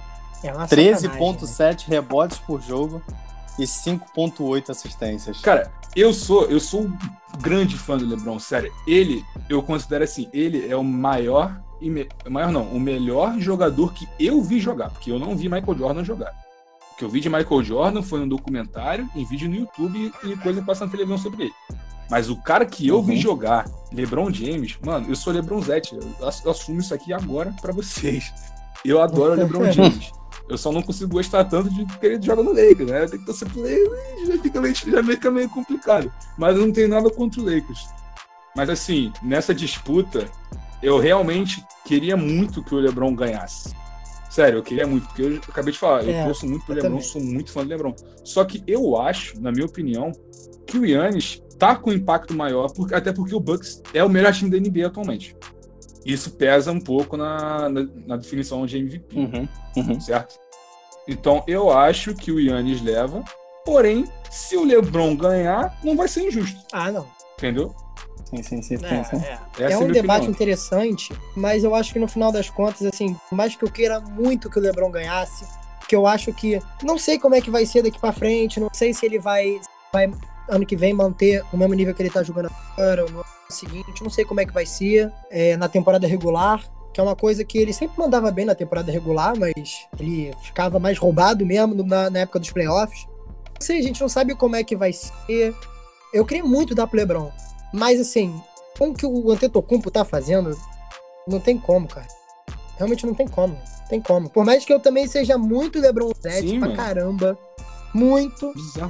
É uma treze sacanagem, vírgula né? sete rebotes por jogo e cinco vírgula oito assistências. Cara, eu sou, eu sou um grande fã do LeBron, sério. Ele, eu considero assim, ele é o maior, e me, maior não, o melhor jogador que eu vi jogar, porque eu não vi Michael Jordan jogar. O que eu vi de Michael Jordan foi um documentário, em vídeo no YouTube e coisa que passa na televisão sobre ele. Mas o cara que eu Uhum. vi jogar, LeBron James, mano, eu sou LeBronzete, eu ass- eu assumo isso aqui agora pra vocês. Eu adoro o LeBron James. Eu só não consigo gostar tanto de que ele joga no Lakers, né? Tem que torcer pro Lakers, já fica, meio, já fica meio complicado. Mas eu não tenho nada contra o Lakers. Mas assim, nessa disputa, eu realmente queria muito que o LeBron ganhasse. Sério, eu queria muito, porque eu acabei de falar, eu É, torço muito pro eu LeBron, também. sou muito fã do LeBron. Só que eu acho, na minha opinião, que o Giannis tá com impacto maior, porque, até porque o Bucks é o melhor time da N B A atualmente. Isso pesa um pouco na, na, na definição de M V P, Uhum, uhum. certo? Então, eu acho que o Giannis leva, porém, se o LeBron ganhar, não vai ser injusto, Ah, não. entendeu? Sim, sim, sim, sim, É, sim. é. Essa É é a um minha debate opinião. interessante, mas eu acho que no final das contas, assim, por mais que eu queira muito que o LeBron ganhasse, que eu acho que não sei como é que vai ser daqui pra frente, não sei se ele vai, vai ano que vem manter o mesmo nível que ele tá jogando agora, ou no ano seguinte, não sei como é que vai ser é, na temporada regular, que é uma coisa que ele sempre mandava bem na temporada regular, mas ele ficava mais roubado mesmo na, na época dos playoffs. Não sei, a gente não sabe como é que vai ser. Eu queria muito dar pro LeBron, mas assim, com o que o Antetokounmpo tá fazendo, não tem como, cara. Realmente não tem como. Não tem como. Por mais que eu também seja muito LeBronzete Sim, pra mano. caramba, muito, Bizarro.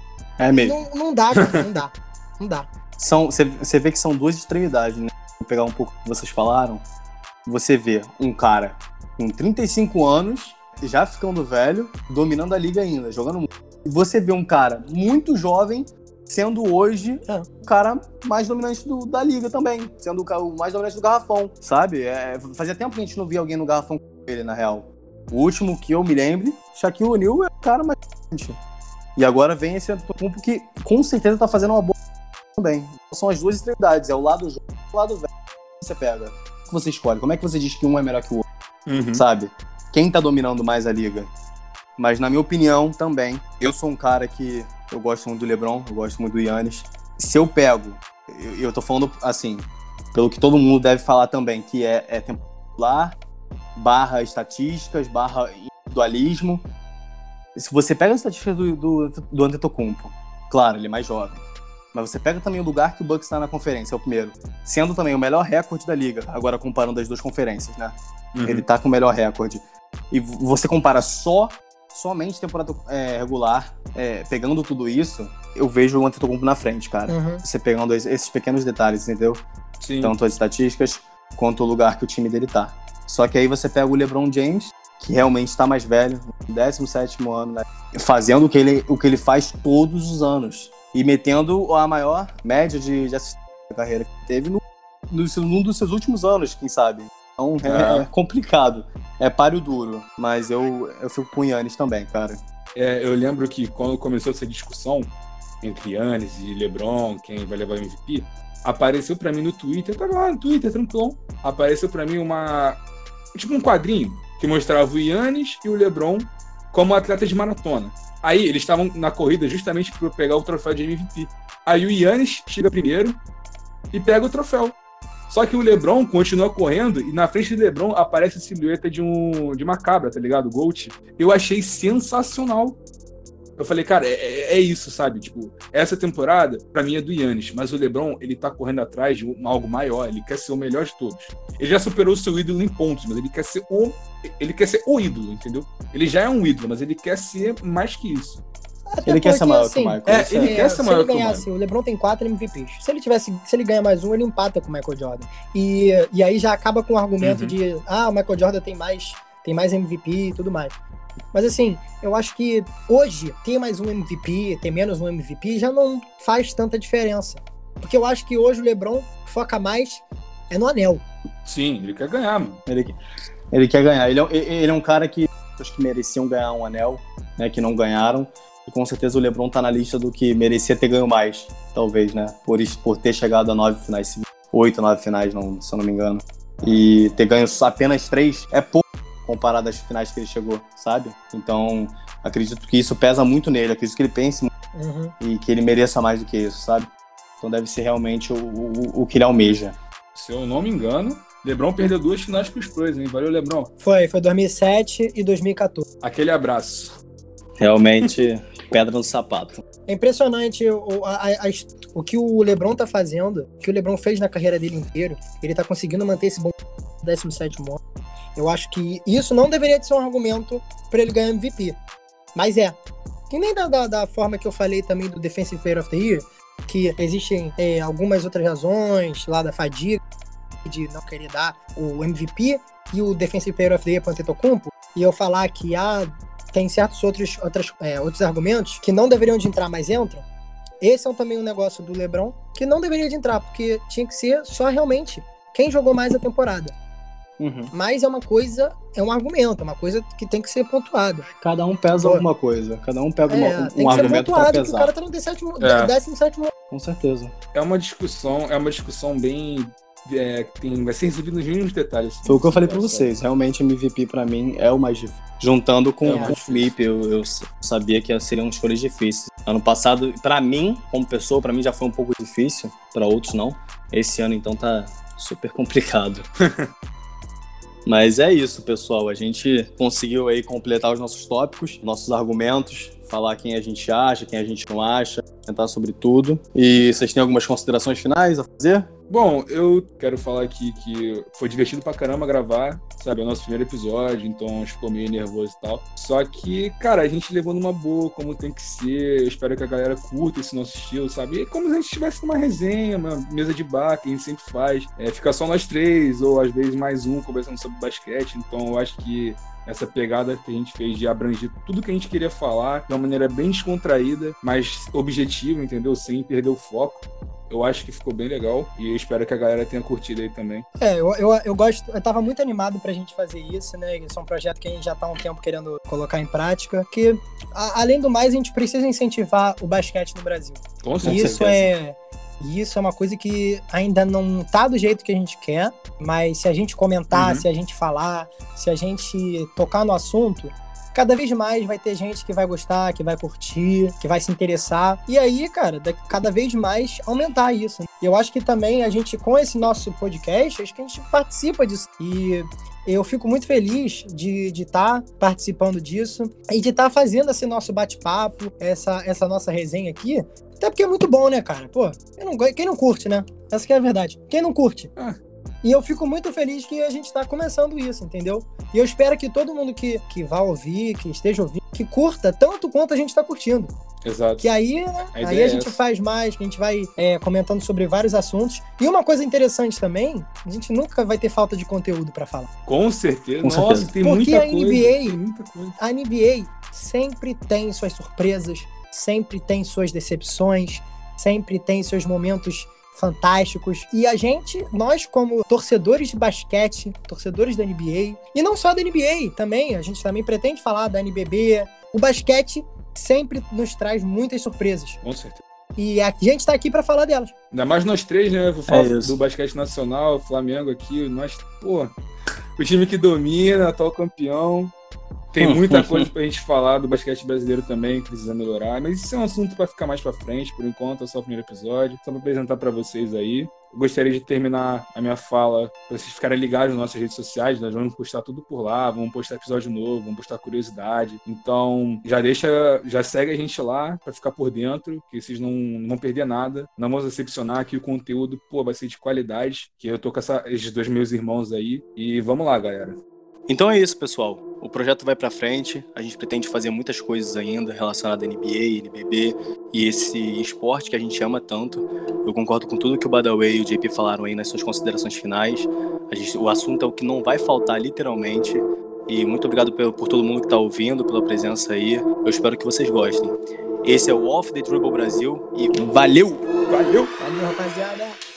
É mesmo. não, não dá, cara, não dá. Não dá. São, você, você vê que são duas extremidades, né? Vou pegar um pouco do que vocês falaram. Você vê um cara com trinta e cinco anos, já ficando velho, dominando a liga ainda, jogando muito. E você vê um cara muito jovem, sendo hoje É. o cara mais dominante do- da liga também. Sendo o, ca- o mais dominante do garrafão, sabe? É, fazia tempo que a gente não via alguém no garrafão com ele, na real. O último que eu me lembre, Shaquille O'Neal é o cara mais... E agora vem esse Antetokounmpo que com certeza tá fazendo uma boa também. São as duas extremidades, é o lado jovem e o lado velho. Você pega. O que você escolhe? Como é que você diz que um é melhor que o outro? Uhum. Sabe? Quem tá dominando mais a liga? Mas na minha opinião também, eu sou um cara que eu gosto muito do LeBron, eu gosto muito do Giannis. Se eu pego, eu, eu tô falando assim, pelo que todo mundo deve falar também, que é, é temporal, barra estatísticas, barra individualismo. Se você pega as estatísticas do, do, do Antetokounmpo, claro, ele é mais jovem, mas você pega também o lugar que o Bucks está na conferência, é o primeiro, sendo também o melhor recorde da liga, agora comparando as duas conferências, né? Uhum. Ele tá com o melhor recorde. E você compara só, somente temporada é, regular, é, pegando tudo isso, eu vejo o Antetokounmpo na frente, cara. Uhum. Você pegando esses pequenos detalhes, entendeu? Sim. Tanto as estatísticas, quanto o lugar que o time dele tá. Só que aí você pega o LeBron James, que realmente está mais velho, no décimo sétimo ano, né? Fazendo o que, ele, o que ele faz todos os anos. E metendo a maior média de, de assistência da carreira que teve no, no, num dos seus últimos anos, quem sabe. Então é, é complicado. É páreo duro. Mas eu, eu fico com o Giannis também, cara. É, eu lembro que quando começou essa discussão entre Giannis e LeBron, quem vai levar o M V P, apareceu pra mim no Twitter, eu tava lá no Twitter, tranquilão, apareceu pra mim uma... tipo um quadrinho que mostrava o Giannis e o LeBron como atletas de maratona. Aí eles estavam na corrida justamente para pegar o troféu de M V P. Aí o Giannis chega primeiro e pega o troféu. Só que o LeBron continua correndo e na frente do LeBron aparece a silhueta de, um, de uma cabra, tá ligado? O Goat. Eu achei sensacional. Eu falei, cara, é, é isso, sabe? Tipo, essa temporada, pra mim, é do Giannis. Mas o LeBron, ele tá correndo atrás de um, algo maior. Ele quer ser o melhor de todos. Ele já superou o seu ídolo em pontos, mas ele quer ser o, ele quer ser o ídolo, entendeu? Ele já é um ídolo, mas ele quer ser mais que isso. Até ele quer ser maior assim, que o Michael. É, ele é, quer ser maior que o Michael. Ganhasse, o LeBron tem quatro M V Ps. Se ele tivesse, se ele ganha mais um, ele empata com o Michael Jordan. E, e aí já acaba com o argumento uhum. de ah, o Michael Jordan tem mais, tem mais M V P e tudo mais. Mas assim, eu acho que hoje ter mais um M V P, ter menos um M V P já não faz tanta diferença. Porque eu acho que hoje o LeBron foca mais é no anel. Sim, ele quer ganhar, mano. Ele, ele quer ganhar. Ele é, ele é um cara que acho que mereciam ganhar um anel, né, que não ganharam. E com certeza o LeBron tá na lista do que merecia ter ganho mais, talvez, né? Por, por ter chegado a nove finais, oito, nove finais, não, se eu não me engano. E ter ganho apenas três é pouco comparado às finais que ele chegou, sabe? Então, acredito que isso pesa muito nele, acredito que ele pense muito uhum. e que ele mereça mais do que isso, sabe? Então deve ser realmente o, o, o que ele almeja. Se eu não me engano, LeBron perdeu duas finais pros Spurs, hein? Valeu, LeBron. Foi, foi dois mil e sete e dois mil e catorze. Aquele abraço. Realmente, pedra no sapato. É impressionante o, a, a, o que o LeBron tá fazendo, o que o LeBron fez na carreira dele inteiro. Ele tá conseguindo manter esse bom décimo sétimo ano. Eu acho que isso não deveria de ser um argumento para ele ganhar M V P. Mas é. Que nem da, da, da forma que eu falei também do Defensive Player of the Year, que existem é, algumas outras razões lá da fadiga, de não querer dar o M V P e o Defensive Player of the Year para o Antetokounmpo, e eu falar que ah, tem certos outros, outras, é, outros argumentos que não deveriam de entrar, mas entram. Esse é também um negócio do LeBron que não deveria de entrar, porque tinha que ser só realmente quem jogou mais a temporada. Uhum. Mas é uma coisa, é um argumento, é uma coisa que tem que ser pontuada. Cada um pesa Pô. alguma coisa, cada um pega é, uma, um argumento para pesar. O cara tá no décimo sétimo. Com certeza. É uma discussão, é uma discussão bem é, tem, vai ser resolvido nos mínimos detalhes. Assim, Foi o que eu falei pra vocês, realmente M V P pra mim é o mais difícil. Juntando com, é com o Flip, eu, eu sabia que seriam escolhas difíceis. Ano passado, pra mim, como pessoa, pra mim já foi um pouco difícil, pra outros não. Esse ano então tá super complicado. Mas é isso, pessoal. A gente conseguiu aí completar os nossos tópicos, nossos argumentos, falar quem a gente acha, quem a gente não acha, comentar sobre tudo. E vocês têm algumas considerações finais a fazer? Bom, eu quero falar aqui que foi divertido pra caramba gravar, sabe? É o nosso primeiro episódio, então a gente ficou meio nervoso e tal. Só que, cara, a gente levou numa boa, como tem que ser. Eu espero que a galera curta esse nosso estilo, sabe? E como se a gente estivesse numa resenha, uma mesa de bar, que a gente sempre faz. É, fica só nós três, ou às vezes mais um, conversando sobre basquete. Então eu acho que essa pegada que a gente fez de abranger tudo que a gente queria falar de uma maneira bem descontraída, mas objetiva, entendeu? Sem perder o foco. eu acho que ficou bem legal e eu espero que a galera tenha curtido aí também. É, eu, eu, eu gosto, eu tava muito animado pra gente fazer isso, né? Isso é um projeto que a gente já tá há um tempo querendo colocar em prática, que, a, além do mais, a gente precisa incentivar o basquete no Brasil. Com E certeza. isso é... E isso é uma coisa que ainda não tá do jeito que a gente quer, mas se a gente comentar, Uhum. se a gente falar, se a gente tocar no assunto, cada vez mais vai ter gente que vai gostar, que vai curtir, que vai se interessar. E aí, cara, da- cada vez mais aumentar isso. E eu acho que também a gente, com esse nosso podcast, acho que a gente participa disso. E eu fico muito feliz de estar participando disso e de estar fazendo esse nosso bate-papo, essa, essa nossa resenha aqui. Até porque é muito bom, né, cara? Pô, quem não, go- quem não curte, né? Essa que é a verdade. Quem não curte? Ah. E eu fico muito feliz que a gente tá começando isso, entendeu? E eu espero que todo mundo que, que vá ouvir, que esteja ouvindo, que curta tanto quanto a gente tá curtindo. Exato. Que aí, né, A aí ideia a é gente essa. faz mais, que a gente vai é, comentando sobre vários assuntos. E uma coisa interessante também, a gente nunca vai ter falta de conteúdo pra falar. Com certeza. Com Nossa, certeza. tem Porque muita a coisa. N B A Tem muita coisa. A N B A sempre tem suas surpresas, sempre tem suas decepções, sempre tem seus momentos fantásticos. E a gente, nós como torcedores de basquete, torcedores da N B A, e não só da N B A também, a gente também pretende falar da N B B, o basquete sempre nos traz muitas surpresas. Com certeza. E a gente tá aqui pra falar delas. Ainda mais nós três, né? Vou falar É isso. do basquete nacional, Flamengo aqui, nós, pô, o time que domina, atual campeão. Tem muita coisa pra gente falar do basquete brasileiro também, que precisa melhorar, mas isso é um assunto pra ficar mais pra frente, por enquanto é só o primeiro episódio, só pra apresentar pra vocês aí. Eu gostaria de terminar a minha fala pra vocês ficarem ligados nas nossas redes sociais, nós vamos postar tudo por lá, vamos postar episódio novo, vamos postar curiosidade, então já deixa, já segue a gente lá pra ficar por dentro, que vocês não, não vão perder nada, não vamos decepcionar, que o conteúdo, pô, vai ser de qualidade, que eu tô com essa, esses dois meus irmãos aí, e vamos lá, galera. Então é isso, pessoal. O projeto vai pra frente. A gente pretende fazer muitas coisas ainda relacionadas à N B A, N B B e esse esporte que a gente ama tanto. Eu concordo com tudo que o Badaway e o J P falaram aí nas suas considerações finais. A gente, o assunto é o que não vai faltar, literalmente. E muito obrigado por, por todo mundo que está ouvindo, pela presença aí. Eu espero que vocês gostem. Esse é o Off the Dribble Brasil e valeu! Valeu! Valeu, rapaziada!